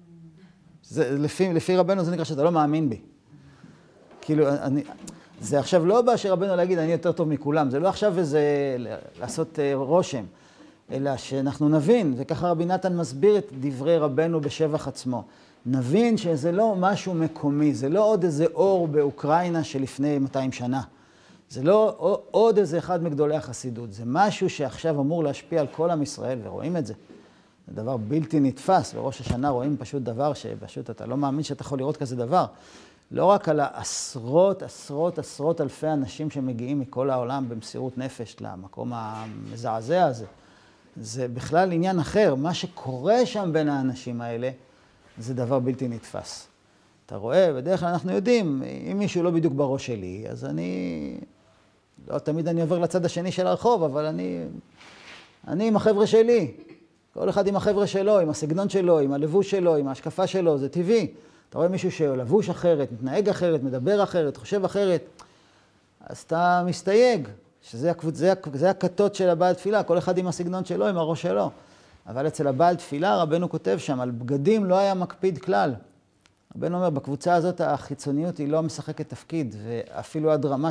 לפי רבנו זה נקרא שאתה לא מאמין בי. כאילו, זה עכשיו לא בא שרבנו להגיד, אני יותר טוב מכולם, זה לא עכשיו איזה לעשות רושם, אלא שאנחנו נבין, וככה רבי נתן מסביר את דברי רבנו בשבח עצמו. נבין שזה לא משהו מקומי, זה לא עוד איזה אור באוקראינה שלפני 200 שנה. זה לא עוד איזה אחד מגדולי החסידות, זה משהו שעכשיו אמור להשפיע על כל עם ישראל, ורואים את זה. זה דבר בלתי נתפס, בראש השנה רואים פשוט דבר שפשוט אתה לא מאמין שאתה יכול לראות כזה דבר. לא רק על עשרות אלפי אנשים שמגיעים מכל העולם במסירות נפש למקום המזעזע הזה. זה בכלל עניין אחר, מה שקורה שם בין האנשים האלה, זה דבר בלתי נתפס. אתה רואה, בדרך כלל אנחנו יודעים, אם מישהו לא בדיוק בראש שלי, אז לא תמיד אני עובר לצד השני של הרחוב, אבל אני עם החבר'ה שלי. כל אחד עם החבר'ה שלו, עם הסגנון שלו, עם הלבוש שלו, עם ההשקפה שלו, זה טבעי. אתה רואה מישהו שלבוש אחרת, מתנהג אחרת, מדבר אחרת, חושב אחרת, אז אתה מסתייג, שזה הכתות של הבעל תפילה, כל אחד עם הסגנון שלו, עם הראש שלו. אבל אצל הבעל תפילה, רבנו כותב שם, על בגדים לא היה מקפיד כלל. רבנו אומר, בקבוצה הזאת החיצוניות היא לא משחקת תפקיד, ואפילו עד רמה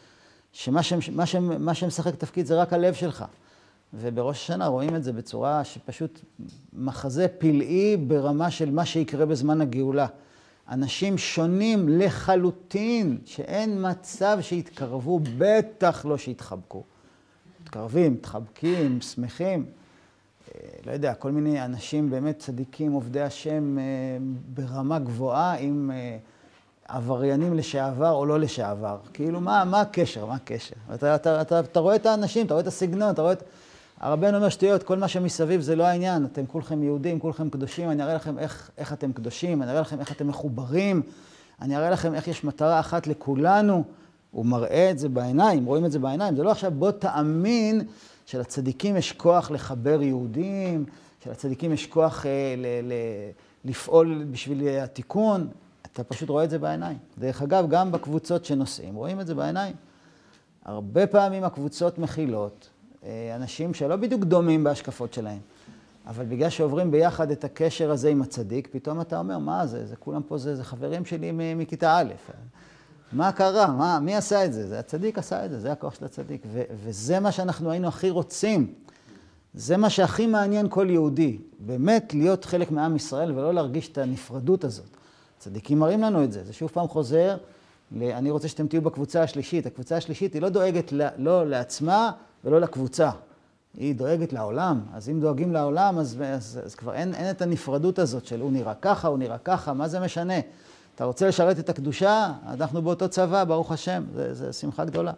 שמה שמשחק תפקיד זה רק הלב שלך. ובראש השנה רואים את זה בצורה שפשוט מחזה פלאי ברמה של מה שיקרה בזמן הגאולה. אנשים שונים לחלוטין, שאין מצב שיתקרבו, בטח לא שיתחבקו. מתקרבים, מתחבקים, שמחים. לא יודע, כל מיני אנשים באמת צדיקים, עובדי השם ברמה גבוהה, עם עבריינים לשעבר או לא לשעבר. כאילו, מה הקשר? מה הקשר? אתה רואה את האנשים, אתה רואה את הסגנון, אתה רואה את... הרבנו אומר שטויות, כל מה שמסביב זה לא העניין. אתם כולכם יהודים, כולכם קדושים, אני אראה לכם איך אתם קדושים, אני אראה לכם איך אתם מחוברים, אני אראה לכם איך יש מטרה אחת לכולנו. הוא מראה את זה בעיניים, רואים את זה בעיניים. זה לא עכשיו בוא תאמין שלצדיקים יש כוח לחבר יהודים, שלצדיקים יש כוח לפעול בשביל התיקון. אתה פשוט רואה את זה בעיניים. דרך אגב, גם בקבוצות שנוסעים, רואים את זה בעיניים. הרבה פעמים הקבוצות מכילות אנשים שלא בדיוק דומים בהשקפות שלהם. אבל בגלל שעוברים ביחד את הקשר הזה עם הצדיק, פתאום אתה אומר, מה זה? זה כולם פה, זה חברים שלי מכיתה א'. מה קרה? מי עשה את זה? זה הצדיק עשה את זה, זה הכוח של הצדיק. וזה מה שאנחנו היינו הכי רוצים. זה מה שהכי מעניין כל יהודי. באמת להיות חלק מעם ישראל ולא להרגיש את הנפרדות הזאת. צדיקים מראים לנו את זה. זה שוב פעם חוזר, אני רוצה שאתם תהיו בקבוצה השלישית. הקבוצה השלישית היא לא דואגת לא לעצמה ולא לקבוצה. היא דואגת לעולם. אז אם דואגים לעולם, אז כבר אין את הנפרדות הזאת של הוא נראה ככה, הוא נראה ככה, מה זה משנה? אתה רוצה לשרת את הקדושה? אנחנו באותו צבא, ברוך השם. זה שמחה גדולה.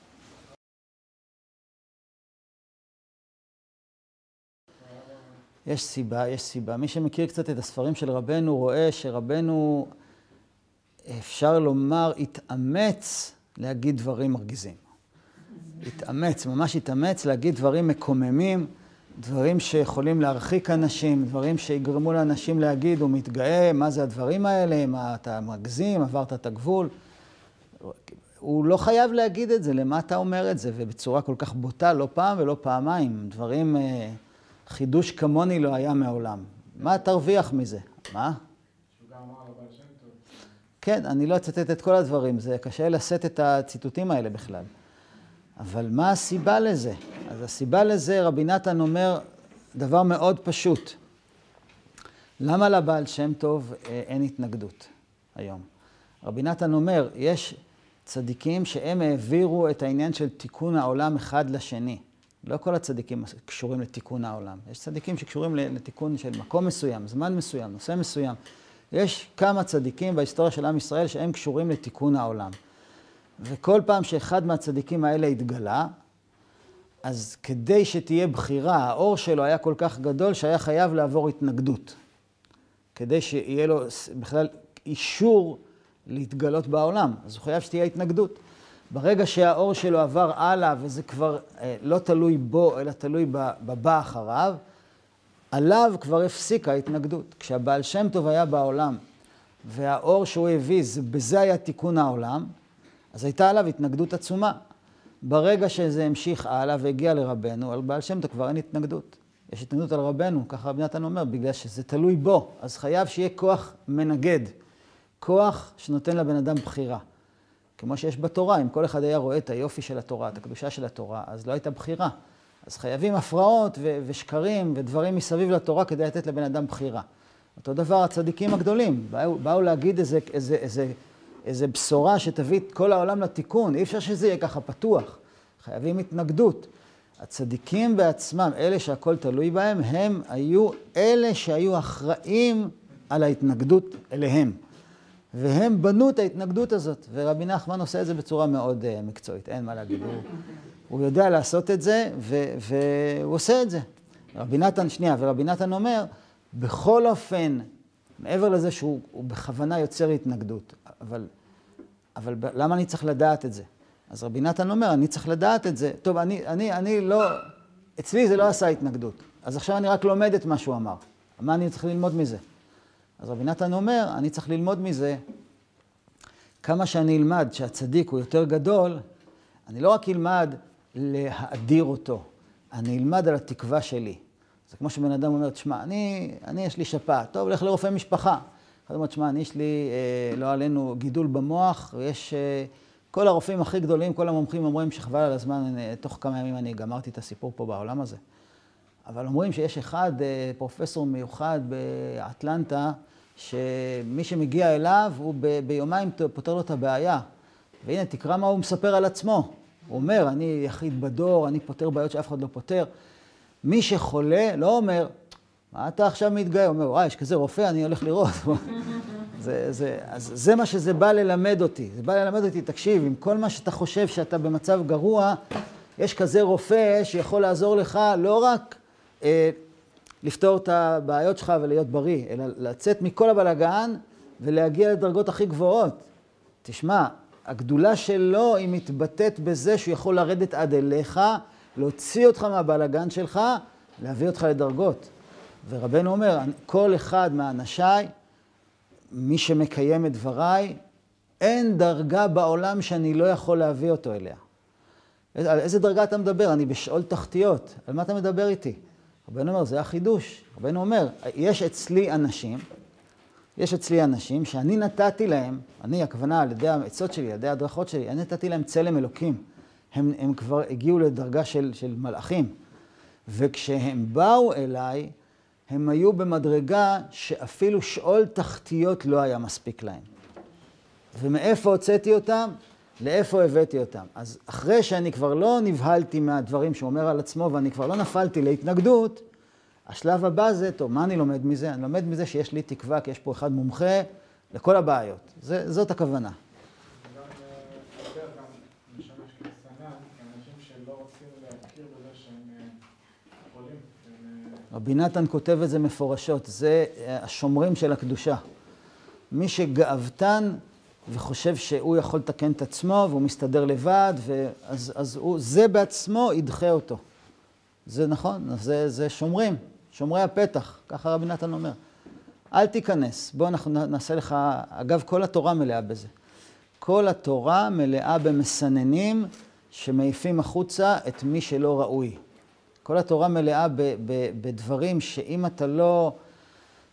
יש סיבה. מי שמכיר קצת את הספרים של רבנו, רואה שרבנו, אפשר לומר, התאמץ להגיד דברים מרגיזים. ממש התאמץ להגיד דברים מקוממים, דברים שיכולים להרחיק אנשים, דברים שיגרמו לאנשים להגיד, הוא מתגאה, מה זה הדברים האלה, מה אתה מגזים, עברת את הגבול. הוא לא חייב להגיד את זה, למה אתה אומר את זה, ובצורה כל כך בוטה, לא פעם ולא פעמיים, דברים, חידוש כמוני לא היה מעולם. מה תרוויח מזה? מה? שהוא גם אמר לבעל שם טוב. כן, אני לא אצטט את כל הדברים, זה קשה לשאת את הציטוטים האלה בכלל. אבל מה הסיבה לזה? אז הסיבה לזה, רבי נתן אומר דבר מאוד פשוט. למה לבעל שם טוב אין התנגדות היום? רבי נתן אומר, יש צדיקים שהם העבירו את העניין של תיקון העולם אחד לשני. לא כל הצדיקים קשורים לתיקון העולם. יש צדיקים שקשורים לתיקון של מקום מסוים, זמן מסוים, נושא מסוים. יש כמה צדיקים בהיסטוריה של עם ישראל שהם קשורים לתיקון העולם. וכל פעם שאחד מהצדיקים האלה התגלה, אז כדי שתהיה בחירה, האור שלו היה כל כך גדול שהיה חייב לעבור התנגדות. כדי שיהיה לו בכלל אישור להתגלות בעולם. אז הוא חייב שתהיה התנגדות. ברגע שהאור שלו עבר הלאה, וזה כבר לא תלוי בו, אלא תלוי בבא אחריו, עליו כבר הפסיקה ההתנגדות. כשהבעל שם טוב היה בעולם, והאור שהוא הביא, בזה היה תיקון העולם, אז הייתה עליו התנגדות עצומה. ברגע שזה המשיך הלאה והגיע לרבנו, על בעל שם טוב כבר אין התנגדות. יש התנגדות על רבנו, ככה רבי נתן אומר, בגלל שזה תלוי בו. אז חייב שיהיה כוח מנגד, כוח שנותן לבן אדם בחירה. כמו שיש בתורה, אם כל אחד היה רואה את היופי של התורה, את הקדושה של התורה, אז לא הייתה בחירה. אז חייבים הפרעות ושקרים ודברים מסביב לתורה כדי לתת לבן אדם בחירה. אותו דבר הצדיקים הגדולים, באו להגיד איזה בשורה שתביא את כל העולם לתיקון, אי אפשר שזה יהיה ככה פתוח, חייבים התנגדות. הצדיקים בעצמם, אלה שהכל תלוי בהם, הם היו אלה שהיו אחראים על ההתנגדות אליהם. והם בנו את ההתנגדות הזאת, ורבי נחמן עושה את זה בצורה מאוד מקצועית, אין מה להגיד. הוא יודע לעשות את זה, והוא עושה את זה. ורבי נתן אומר, בכל אופן, מעבר לזה שהוא בכוונה יוצר התנגדות, אבל למה אני צריך לדעת את זה? אז רבי נתן אומר, אני צריך לדעת את זה. טוב, אני לא, אצלי זה לא עשה התנגדות. אז עכשיו אני רק לומד את מה שהוא אמר. מה אני צריך ללמוד מזה? אז רבי נתן אומר, אני צריך ללמוד מזה, כמה שאני אלמד שהצדיק הוא יותר גדול, אני לא רק אלמד להאדיר אותו, אני אלמד על התקווה שלי. זה כמו שבן אדם אומר, תשמע, אני יש לי שפעת, טוב, לך לרופא משפחה. אחד אומר, תשמע, יש לי, לא עלינו, גידול במוח, ויש כל הרופאים הכי גדולים, כל המומחים אומרים שחבל על הזמן, תוך כמה ימים אני גמרתי את הסיפור פה בעולם הזה. אבל אומרים שיש אחד, פרופסור מיוחד באטלנטה, שמי שמגיע אליו, הוא ביומיים פותר לו את הבעיה. והנה, תקרא מה הוא מספר על עצמו. הוא אומר, אני יחיד בדור, אני פותר בעיות שאף אחד לא פותר. מי שחולה לא אומר, מה אתה עכשיו מתגאה? הוא אומר, יש כזה רופא, אני הולך לראות. אז זה מה שזה בא ללמד אותי. זה בא ללמד אותי, תקשיב, עם כל מה שאתה חושב שאתה במצב גרוע, יש כזה רופא שיכול לעזור לך לא רק לפתור את הבעיות שלך ולהיות בריא, אלא לצאת מכל הבלגן ולהגיע לדרגות הכי גבוהות. תשמע, הגדולה שלו היא מתבטאת בזה שהוא יכול לרדת עד אליך, להוציא אותך מהבלגן שלך, להביא אותך לדרגות. ורבנו אומר, כל אחד מהאנשיי, מי שמקיים את דבריי, אין דרגה בעולם שאני לא יכול להביא אותו אליה. על איזה דרגה אתה מדבר? אני בשאול תחתיות. על מה אתה מדבר איתי? רבנו אומר, זה החידוש. רבנו אומר, יש אצלי אנשים שאני נתתי להם, אני הכוונה על ידי העצות שלי, על ידי הדרכות שלי, אני נתתי להם צלם אלוקים. הם כבר הגיעו לדרגה של מלאכים. וכשהם באו אליי, הם היו במדרגה שאפילו שאול תחתיות לא היה מספיק להם. ומאיפה הוצאתי אותם? לאיפה הבאתי אותם? אז אחרי שאני כבר לא נבהלתי מהדברים שהוא אומר על עצמו, ואני כבר לא נפלתי להתנגדות, השלב הבא זה, טוב, מה אני לומד מזה? אני לומד מזה שיש לי תקווה, כי יש פה אחד מומחה לכל הבעיות. זאת הכוונה. גם משמש כסנן, אנשים שלא רוצים להכיר בזה שהם חולים. רבי נתן כותב את זה מפורשות, זה השומרים של הקדושה. מי שגאוותן וחושב שהוא יכול לתקן את עצמו והוא מסתדר לבד, אז זה בעצמו ידחה אותו. זה נכון, זה שומרי הפתח, ככה רבי נתן אומר. אל תיכנס, בוא אנחנו נעשה לך, אגב כל התורה מלאה בזה. כל התורה מלאה במסננים שמעיפים החוצה את מי שלא ראוי. כל התורה מלאה בדברים שאם אתה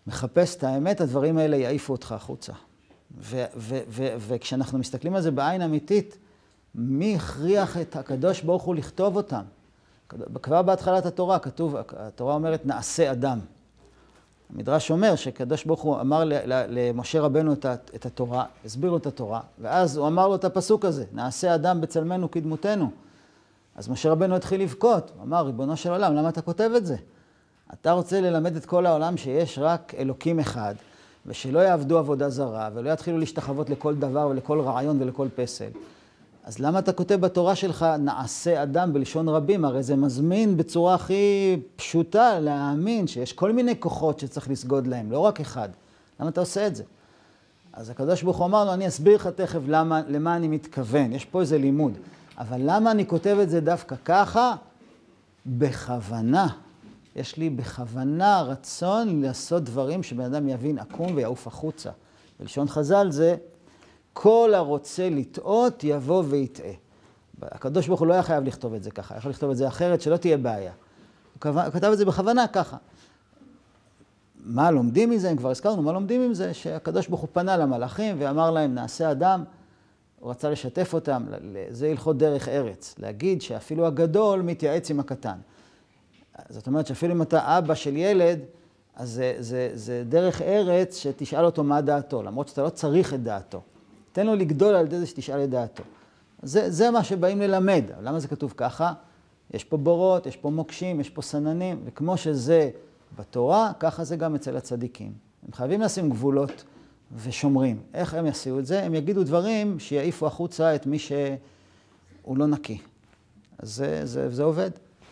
מחפש את האמת, הדברים האלה יעיפו אותך החוצה. וכשאנחנו מסתכלים על זה בעין אמיתית, מי הכריח את הקדוש ברוך הוא לכתוב אותם? כבר בהתחלת התורה כתוב, התורה אומרת נעשה אדם. המדרש אומר שקדוש ברוך הוא אמר למשה רבנו את התורה, הסביר לו את התורה, ואז הוא אמר לו את הפסוק הזה, נעשה אדם בצלמנו כדמותנו. אז משה רבנו התחיל לבכות, הוא אמר, ריבונו של עולם, למה אתה כותב את זה? אתה רוצה ללמד את כל העולם שיש רק אלוקים אחד, ושלא יעבדו עבודה זרה, ולא יתחילו להשתחוות לכל דבר ולכל רעיון ולכל פסל. אז למה אתה כותב בתורה שלך, נעשה אדם בלשון רבים? הרי זה מזמין בצורה הכי פשוטה להאמין שיש כל מיני כוחות שצריך לסגוד להם, לא רק אחד. למה אתה עושה את זה? אז הקדוש ברוך הוא אמר לו, אני אסביר לך תכף למה אני מתכוון. יש פה איזה לימוד. אבל למה אני כותב את זה דווקא ככה? בכוונה. יש לי בכוונה רצון לעשות דברים שבן אדם יבין עקום ויעוף החוצה. בלשון חז"ל זה, כל הרוצה לטעות יבוא ויטעה. הקדוש ברוך הוא לא היה חייב לכתוב את זה ככה, היה יכול לכתוב את זה אחרת שלא תהיה בעיה. הוא כתב את זה בכוונה ככה. מה לומדים מזה? אם כבר הזכרנו, מה לומדים מזה? שהקדוש ברוך הוא פנה למלאכים ואמר להם, נעשה אדם, הוא רצה לשתף אותם, זה הלכות דרך ארץ, להגיד שאפילו הגדול מתייעץ עם הקטן. זאת אומרת שאפילו אם אתה אבא של ילד, אז זה דרך ארץ שתשאל אותו מה דעתו, למרות שאתה לא צריך את דעתו. תן לו לגדול על ידי זה שתשאל את דעתו. זה מה שבאים ללמד. למה זה כתוב ככה? יש פה בורות, יש פה מוקשים, יש פה סננים, וכמו שזה בתורה, ככה זה גם אצל הצדיקים. הם חייבים לשים גבולות ושומרים. איך הם יעשו את זה? הם יגידו דברים שיעיפו החוצה את מי שהוא לא נקי. אז זה עובד.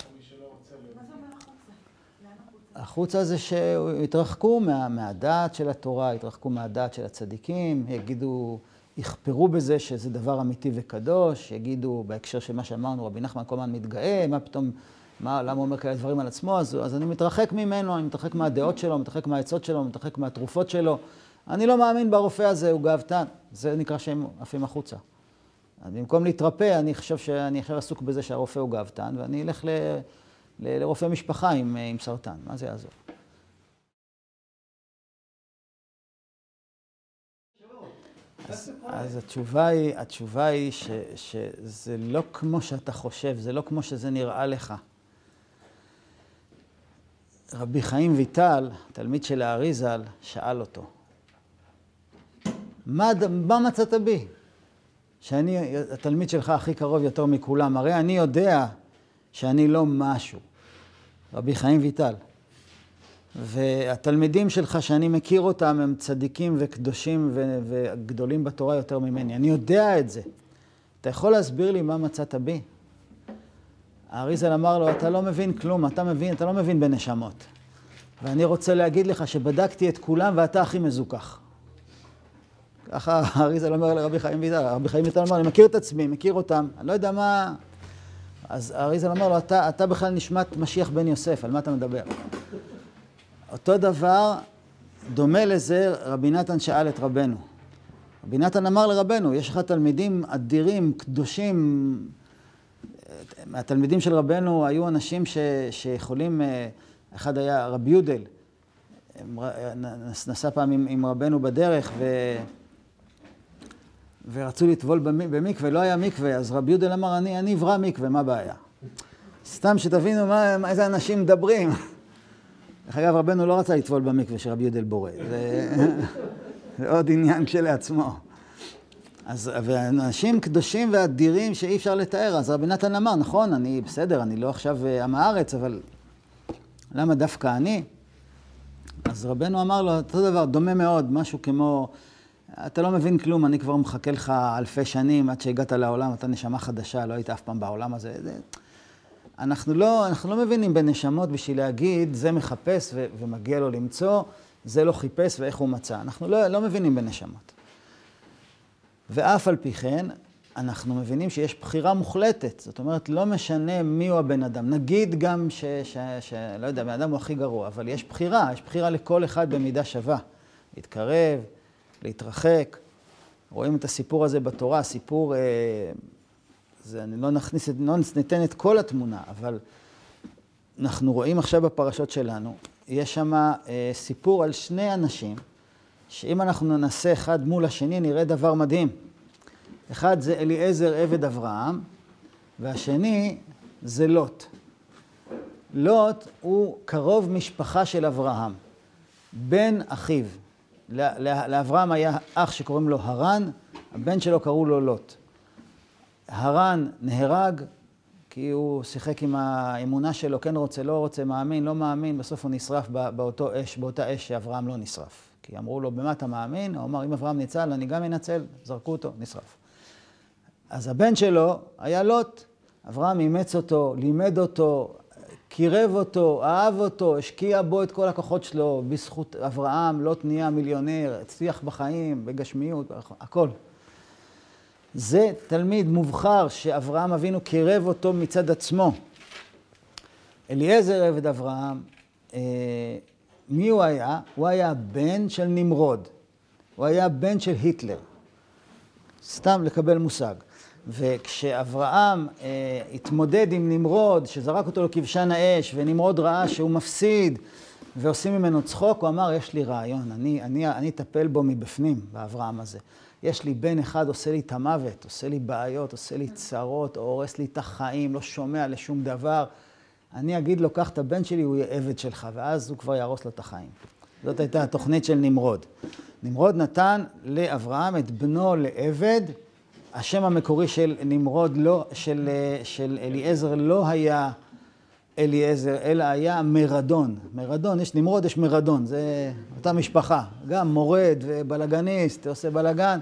החוצה זה שיתרחקו מהדעת של התורה, יתרחקו מהדעת של הצדיקים, יגידו, יכפרו בזה שזה דבר אמיתי וקדוש, יגידו בהקשר של מה שאמרנו, רבי נחמן כל הזמן מתגאה, מה פתאום, למה הוא אומר כאלה דברים על עצמו, אז אני מתרחק ממנו, אני מתרחק מהדעות שלו, מתרחק מהעצות שלו, מתרחק מהתרופות שלו. אני לא מאמין ברופא הזה, הוא גאוותן. זה נקרא שהם עפים החוצה. אז במקום להתרפא, אני חושב שאני עכשיו עסוק בזה שהרופא הוא גאוותן, ואני אלך לרופא משפחה עם סרטן. מה זה יעזור? אז התשובה היא שזה לא כמו שאתה חושב, זה לא כמו שזה נראה לך. רבי חיים ויטל, תלמיד של האריזל, שאל אותו, מה מצאת בי? שאני התלמיד שלך הכי קרוב יותר מכולם, הרי אני יודע שאני לא משהו. רבי חיים ויטל. והתלמידים שלך שאני מכיר אותם הם צדיקים וקדושים וגדולים בתורה יותר ממני. אני יודע את זה. אתה יכול להסביר לי מה מצאת בי? האריזל אמר לו, אתה לא מבין כלום, אתה לא מבין בנשמות. ואני רוצה להגיד לך שבדקתי את כולם ואתה הכי מזוכח. ככה האריזל אומר לרבי חיים ויטל. רבי חיים ויטל אמר, אני מכיר את עצמי, מכיר אותם, אני לא יודע מה... אז האריזל אמר לו, אתה בכלל נשמת משיח בן יוסף, על מה אתה מדבר? אותו דבר, דומה לזה, רבי נתן שאל את רבנו. רבי נתן אמר לרבנו, יש לך תלמידים אדירים, קדושים. התלמידים של רבנו היו אנשים שיכולים, אחד היה רבי יודל, נסע פעם עם רבנו בדרך, ורצו לטבול במקווה, לא היה מקווה, אז רבי יודל אמר, אני אברא מקווה, מה הבעיה? סתם שתבינו איזה אנשים מדברים. דרך אגב, רבנו לא רצה לטבול במקווה שרבי יודל בורא. זה עוד עניין כשלעצמו. ואנשים קדושים ואדירים שאי אפשר לתאר. אז רבי נתן אמר, נכון, אני בסדר, אני לא עכשיו עם הארץ, אבל למה דווקא אני? אז רבנו אמר לו, אותו דבר, דומה מאוד, משהו כמו, אתה לא מבין כלום, אני כבר מחכה לך אלפי שנים עד שהגעת לעולם, אתה נשמה חדשה, לא היית אף פעם בעולם הזה. אנחנו לא מבינים בנשמות בשביל להגיד, זה מחפש ומגיע לו למצוא, זה לא חיפש ואיך הוא מצא. אנחנו לא מבינים בנשמות. ואף על פי כן, אנחנו מבינים שיש בחירה מוחלטת. זאת אומרת, לא משנה מי הוא הבן אדם. נגיד גם לא יודע, בן אדם הוא הכי גרוע, אבל יש בחירה לכל אחד במידה שווה. להתקרב, להתרחק. רואים את הסיפור הזה בתורה, סיפור... אני לא ניתן את כל התמונה, אבל אנחנו רואים עכשיו בפרשות שלנו יש שם סיפור על שני אנשים, שאם אנחנו ננסה אחד מול השני נראה דבר מדהים. אחד זה אליעזר עבד אברהם, והשני זה לוט. לוט הוא קרוב משפחה של אברהם, בן אחיו. לאברהם היה אח שקוראים לו הרן, הבן שלו קראו לו לוט. הרן נהרג כי הוא שיחק עם האמונה שלו, כן רוצה, לא רוצה, מאמין, לא מאמין, בסוף הוא נשרף באותה אש שאברהם לא נשרף. כי אמרו לו, במה אתה מאמין? הוא אמר, אם אברהם ניצל, אני גם אנצל, זרקו אותו, נשרף. אז הבן שלו היה לוט. אברהם אימץ אותו, לימד אותו, קירב אותו, אהב אותו, השקיע בו את כל הכוחות שלו. בזכות אברהם לוט נהיה מיליונר, הצליח בחיים, בגשמיות, הכל. זה תלמיד מובחר שאברהם אבינו קירב אותו מצד עצמו. אליעזר עבד אברהם, מי הוא היה? הוא היה בן של נמרוד. הוא היה בן של היטלר. סתם לקבל מושג. וכשאברהם התמודד עם נמרוד, שזרק אותו לכבשן האש, ונמרוד ראה שהוא מפסיד, ועושים ממנו צחוק, הוא אמר, יש לי רעיון, אני אטפל בו מבפנים, באברהם הזה. יש לי בן אחד, עושה לי את המוות, עושה לי בעיות, עושה לי צרות, הורס לי את החיים, לא שומע לשום דבר. אני אגיד לו, קח את הבן שלי, הוא יהיה עבד שלך, ואז הוא כבר יהרוס לו את החיים. זאת הייתה התוכנית של נמרוד. נמרוד נתן לאברהם את בנו לעבד. השם המקורי של נמרוד, של אליעזר לא היה אליעזר, אלא היה מרדון. מרדון, יש נמרוד, יש מרדון, זה אותה משפחה. גם מורד ובלגניסט, עושה בלגן.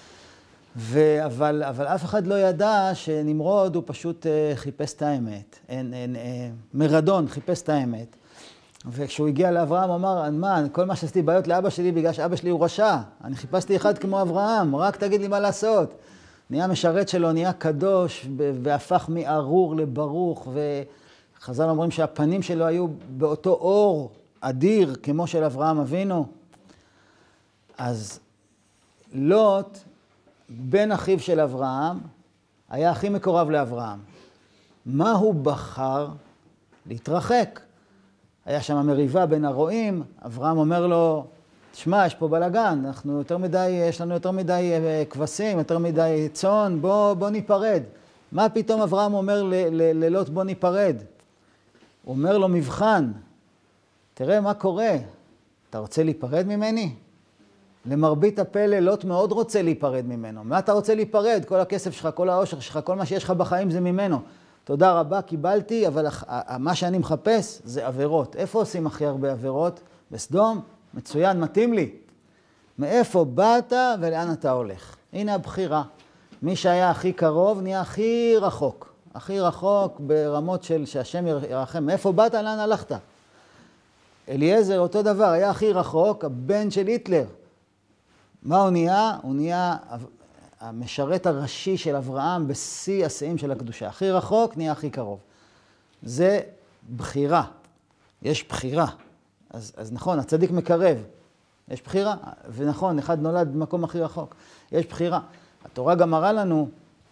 אבל אף אחד לא ידע שנמרוד הוא פשוט חיפש את האמת. מרדון חיפש את האמת. וכשהוא הגיע לאברהם, הוא אמר, מה, כל מה שעשיתי בעיות לאבא שלי, בגלל שאבא שלי הוא רשע. אני חיפשתי אחד כמו אברהם, רק תגיד לי מה לעשות. נהיה משרת שלו, נהיה קדוש, והפך מארור לברוך, וחז"ל אומרים שהפנים שלו היו באותו אור אדיר, כמו של אברהם אבינו. אז לוט, בן אחיו של אברהם, היה הכי מקורב לאברהם. מה הוא בחר? להתרחק. היה שם מריבה בין הרועים, אברהם אומר לו, תשמע, יש פה בלגן, יש לנו יותר מדי כבשים, יותר מדי צאן, בוא ניפרד. מה פתאום אברהם אומר ללוט בוא ניפרד? הוא אומר לו מבחן, תראה מה קורה, אתה רוצה להיפרד ממני? למרבית הפלא לוט מאוד רוצה להיפרד ממנו. מה אתה רוצה להיפרד? כל הכסף שלך, כל העושר שלך, כל מה שיש לך בחיים זה ממנו. תודה רבה, קיבלתי, אבל מה שאני מחפש זה עבירות. איפה עושים הכי הרבה עבירות? בסדום? מצוין, מתאים לי. מאיפה באת ולאן אתה הולך? הנה הבחירה. מי שהיה הכי קרוב נהיה הכי רחוק. הכי רחוק ברמות של שהשם ירחם. מאיפה באת, לאן הלכת? אליעזר אותו דבר, היה הכי רחוק, הבן של היטלר. מה הוא נהיה? הוא נהיה המשרת הראשי של אברהם בשיא השיאים של הקדושה. הכי רחוק נהיה הכי קרוב. זה בחירה. יש בחירה. אז נכון, הצדיק מקרב. יש בחירה. ונכון, אחד נולד במקום הכי רחוק. יש בחירה. התורה גם מראה לנו,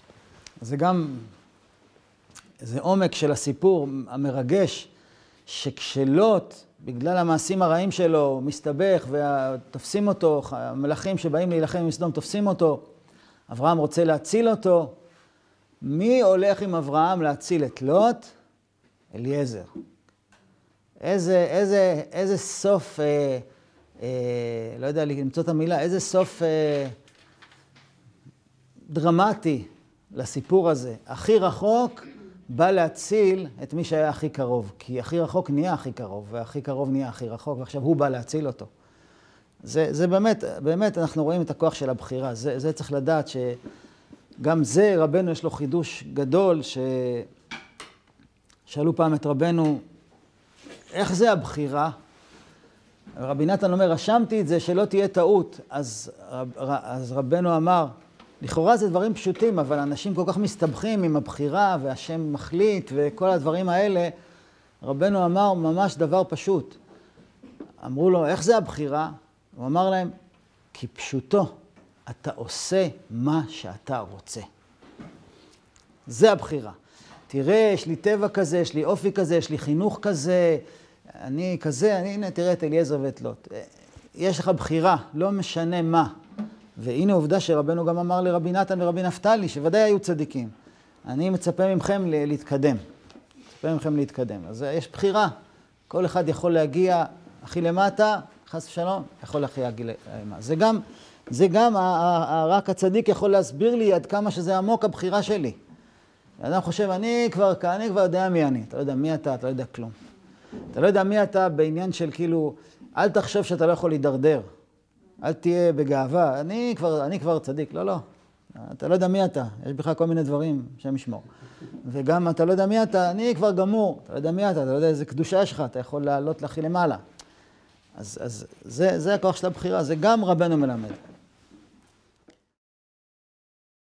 זה עומק של הסיפור המרגש, שכשלוט, בגלל המעשים הרעים שלו, מסתבך ותופסים אותו, המלאכים שבאים להילחם עם סדום תופסים אותו, אברהם רוצה להציל אותו. מי הולך עם אברהם להציל את לוט? אליעזר. איזה סוף, לא יודע למצוא את המילה, איזה סוף דרמטי לסיפור הזה. הכי רחוק בא להציל את מי שהיה הכי קרוב, כי הכי רחוק נהיה הכי קרוב, והכי קרוב נהיה הכי רחוק, ועכשיו הוא בא להציל אותו. זה באמת אנחנו רואים את הכוח של הבחירה. זה צריך לדעת שגם זה רבנו יש לו חידוש גדול, ששאלו פעם את רבנו, איך זה הבחירה? רבי נתן אומר, רשמתי את זה שלא תהיה טעות. אז רבנו אמר, לכאורה זה דברים פשוטים, אבל אנשים כל כך מסתבכים עם הבחירה והשם מחליט וכל הדברים האלה. רבנו אמר ממש דבר פשוט. אמרו לו, איך זה הבחירה? הוא אמר להם, כי פשוטו, אתה עושה מה שאתה רוצה. זה הבחירה. תראה, יש לי טבע כזה, יש לי אופי כזה, יש לי חינוך כזה, אני כזה, הנה תראה את אליעזר ואת לוט. יש לך בחירה, לא משנה מה. והנה עובדה שרבנו גם אמר לרבי נתן ורבי נפתלי, שוודאי היו צדיקים. אני מצפה מכם להתקדם. מצפה מכם להתקדם. אז יש בחירה. כל אחד יכול להגיע הכי למטה, חס ושלום, יכול להגיע למטה. זה גם רק הצדיק יכול להסביר לי עד כמה שזה עמוק הבחירה שלי. האדם חושב, אני כבר יודע מי אני. אתה לא יודע מי אתה לא יודע כלום. אתה לא יודע מי אתה בעניין של כאילו, אל תחשוב שאתה לא יכול להידרדר. אל תהיה בגאווה. אני כבר צדיק. לא. אתה לא יודע מי אתה. יש בך כל מיני דברים שהם ישמור. וגם אתה לא יודע מי אתה, אני כבר גמור. אתה לא יודע מי אתה לא יודע איזה קדושה שלך. אתה יכול לעלות לכי למעלה. אז זה הכוח של הבחירה. זה גם רבנו מלמד.